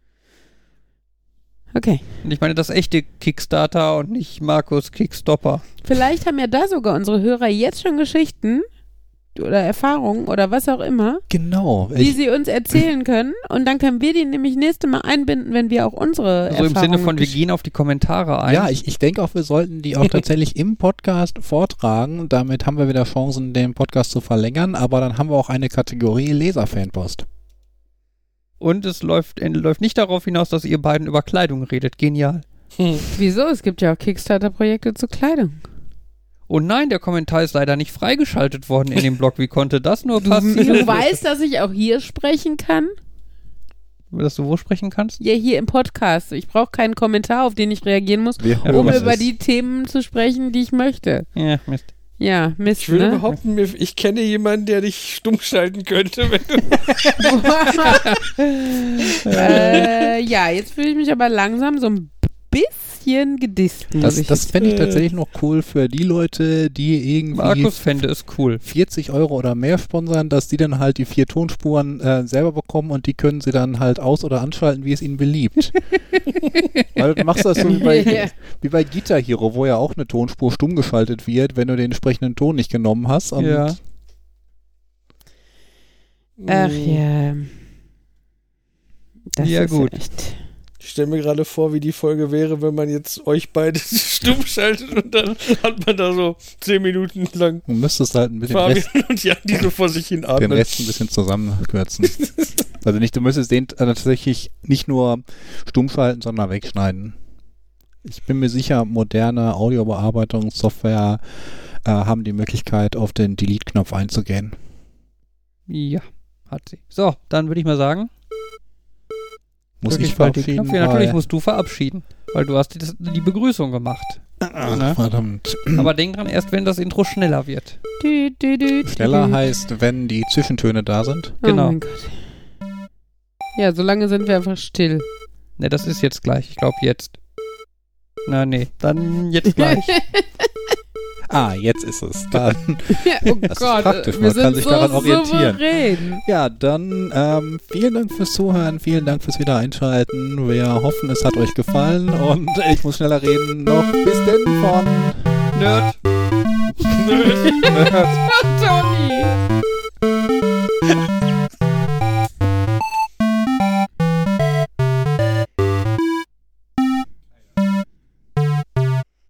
Okay. Und ich meine das echte Kickstarter und nicht Markus Kickstopper. Vielleicht haben ja da sogar unsere Hörer jetzt schon Geschichten oder Erfahrungen oder was auch immer, genau. die Ich, sie uns erzählen können. Und dann können wir die nämlich nächste Mal einbinden, wenn wir auch unsere So im Erfahrungen Sinne von, wir gesch- gehen auf die Kommentare ein. ja, ich, ich denke auch, wir sollten die auch tatsächlich im Podcast vortragen. Damit haben wir wieder Chancen, den Podcast zu verlängern. Aber dann haben wir auch eine Kategorie Leser-Fanpost. Und es läuft, äh, läuft nicht darauf hinaus, dass ihr beiden über Kleidung redet. Genial. Wieso? Es gibt ja auch Kickstarter-Projekte zur Kleidung. Oh nein, der Kommentar ist leider nicht freigeschaltet worden in dem Blog. Wie konnte das nur Du passieren? weißt, dass ich auch hier sprechen kann? Dass du wo sprechen kannst? Ja, hier im Podcast. Ich brauche keinen Kommentar, auf den ich reagieren muss, Wir Ja, um was über ist- die Themen zu sprechen, die ich möchte. Ja, Mist. Ja, Mist, Ich würde ne? behaupten, mir- ich kenne jemanden, der dich stumm schalten könnte, wenn du äh, ja, jetzt fühle ich mich aber langsam so ein bisschen gedisst. muss Das, ich das jetzt- fände ich tatsächlich noch cool für die Leute, die irgendwie Markus fände es cool. vierzig Euro oder mehr sponsern, dass die dann halt die vier Tonspuren äh, selber bekommen und die können sie dann halt aus- oder anschalten, wie es ihnen beliebt. Weil du machst das so wie bei, Ja. wie bei Guitar Hero, wo ja auch eine Tonspur stumm geschaltet wird, wenn du den entsprechenden Ton nicht genommen hast. Und Ja. Ach ja. Das Ja, ist gut. echt. Ich stelle mir gerade vor, wie die Folge wäre, wenn man jetzt euch beide stumm schaltet und dann hat man da so zehn Minuten lang du müsstest halt ein bisschen Rest, Fabian und Jan, die so vor sich hin den atmen. Rest ein bisschen zusammenkürzen. Also nicht, du müsstest den tatsächlich nicht nur stumm schalten, sondern wegschneiden. Ich bin mir sicher, moderne Audiobearbeitungssoftware äh, haben die Möglichkeit, auf den Delete-Knopf einzugehen. Ja, hat sie. So, dann würde ich mal sagen, Muss drück ich ich mal den verabschieden? Knopf. Ja, natürlich weil- musst du verabschieden, weil du hast die, das, die Begrüßung gemacht. Ah, Ne? verdammt. Aber denk dran, erst wenn das Intro schneller wird. Dü, dü, dü, dü, Schneller dü. heißt, wenn die Zwischentöne da sind. Genau. Oh mein Gott. Ja, solange sind wir einfach still. Ne, das ist jetzt gleich. Ich glaube jetzt. Na, nee. Dann jetzt gleich. Ah, jetzt ist es. Dann, oh Das ist Gott, praktisch, wir man sind kann sich so daran orientieren. souverän. ja, dann ähm, vielen Dank fürs Zuhören, vielen Dank fürs Wiedereinschalten. Wir hoffen, es hat euch gefallen und ich muss schneller reden. Noch bis denn von Nerd. Nerd. Tommy.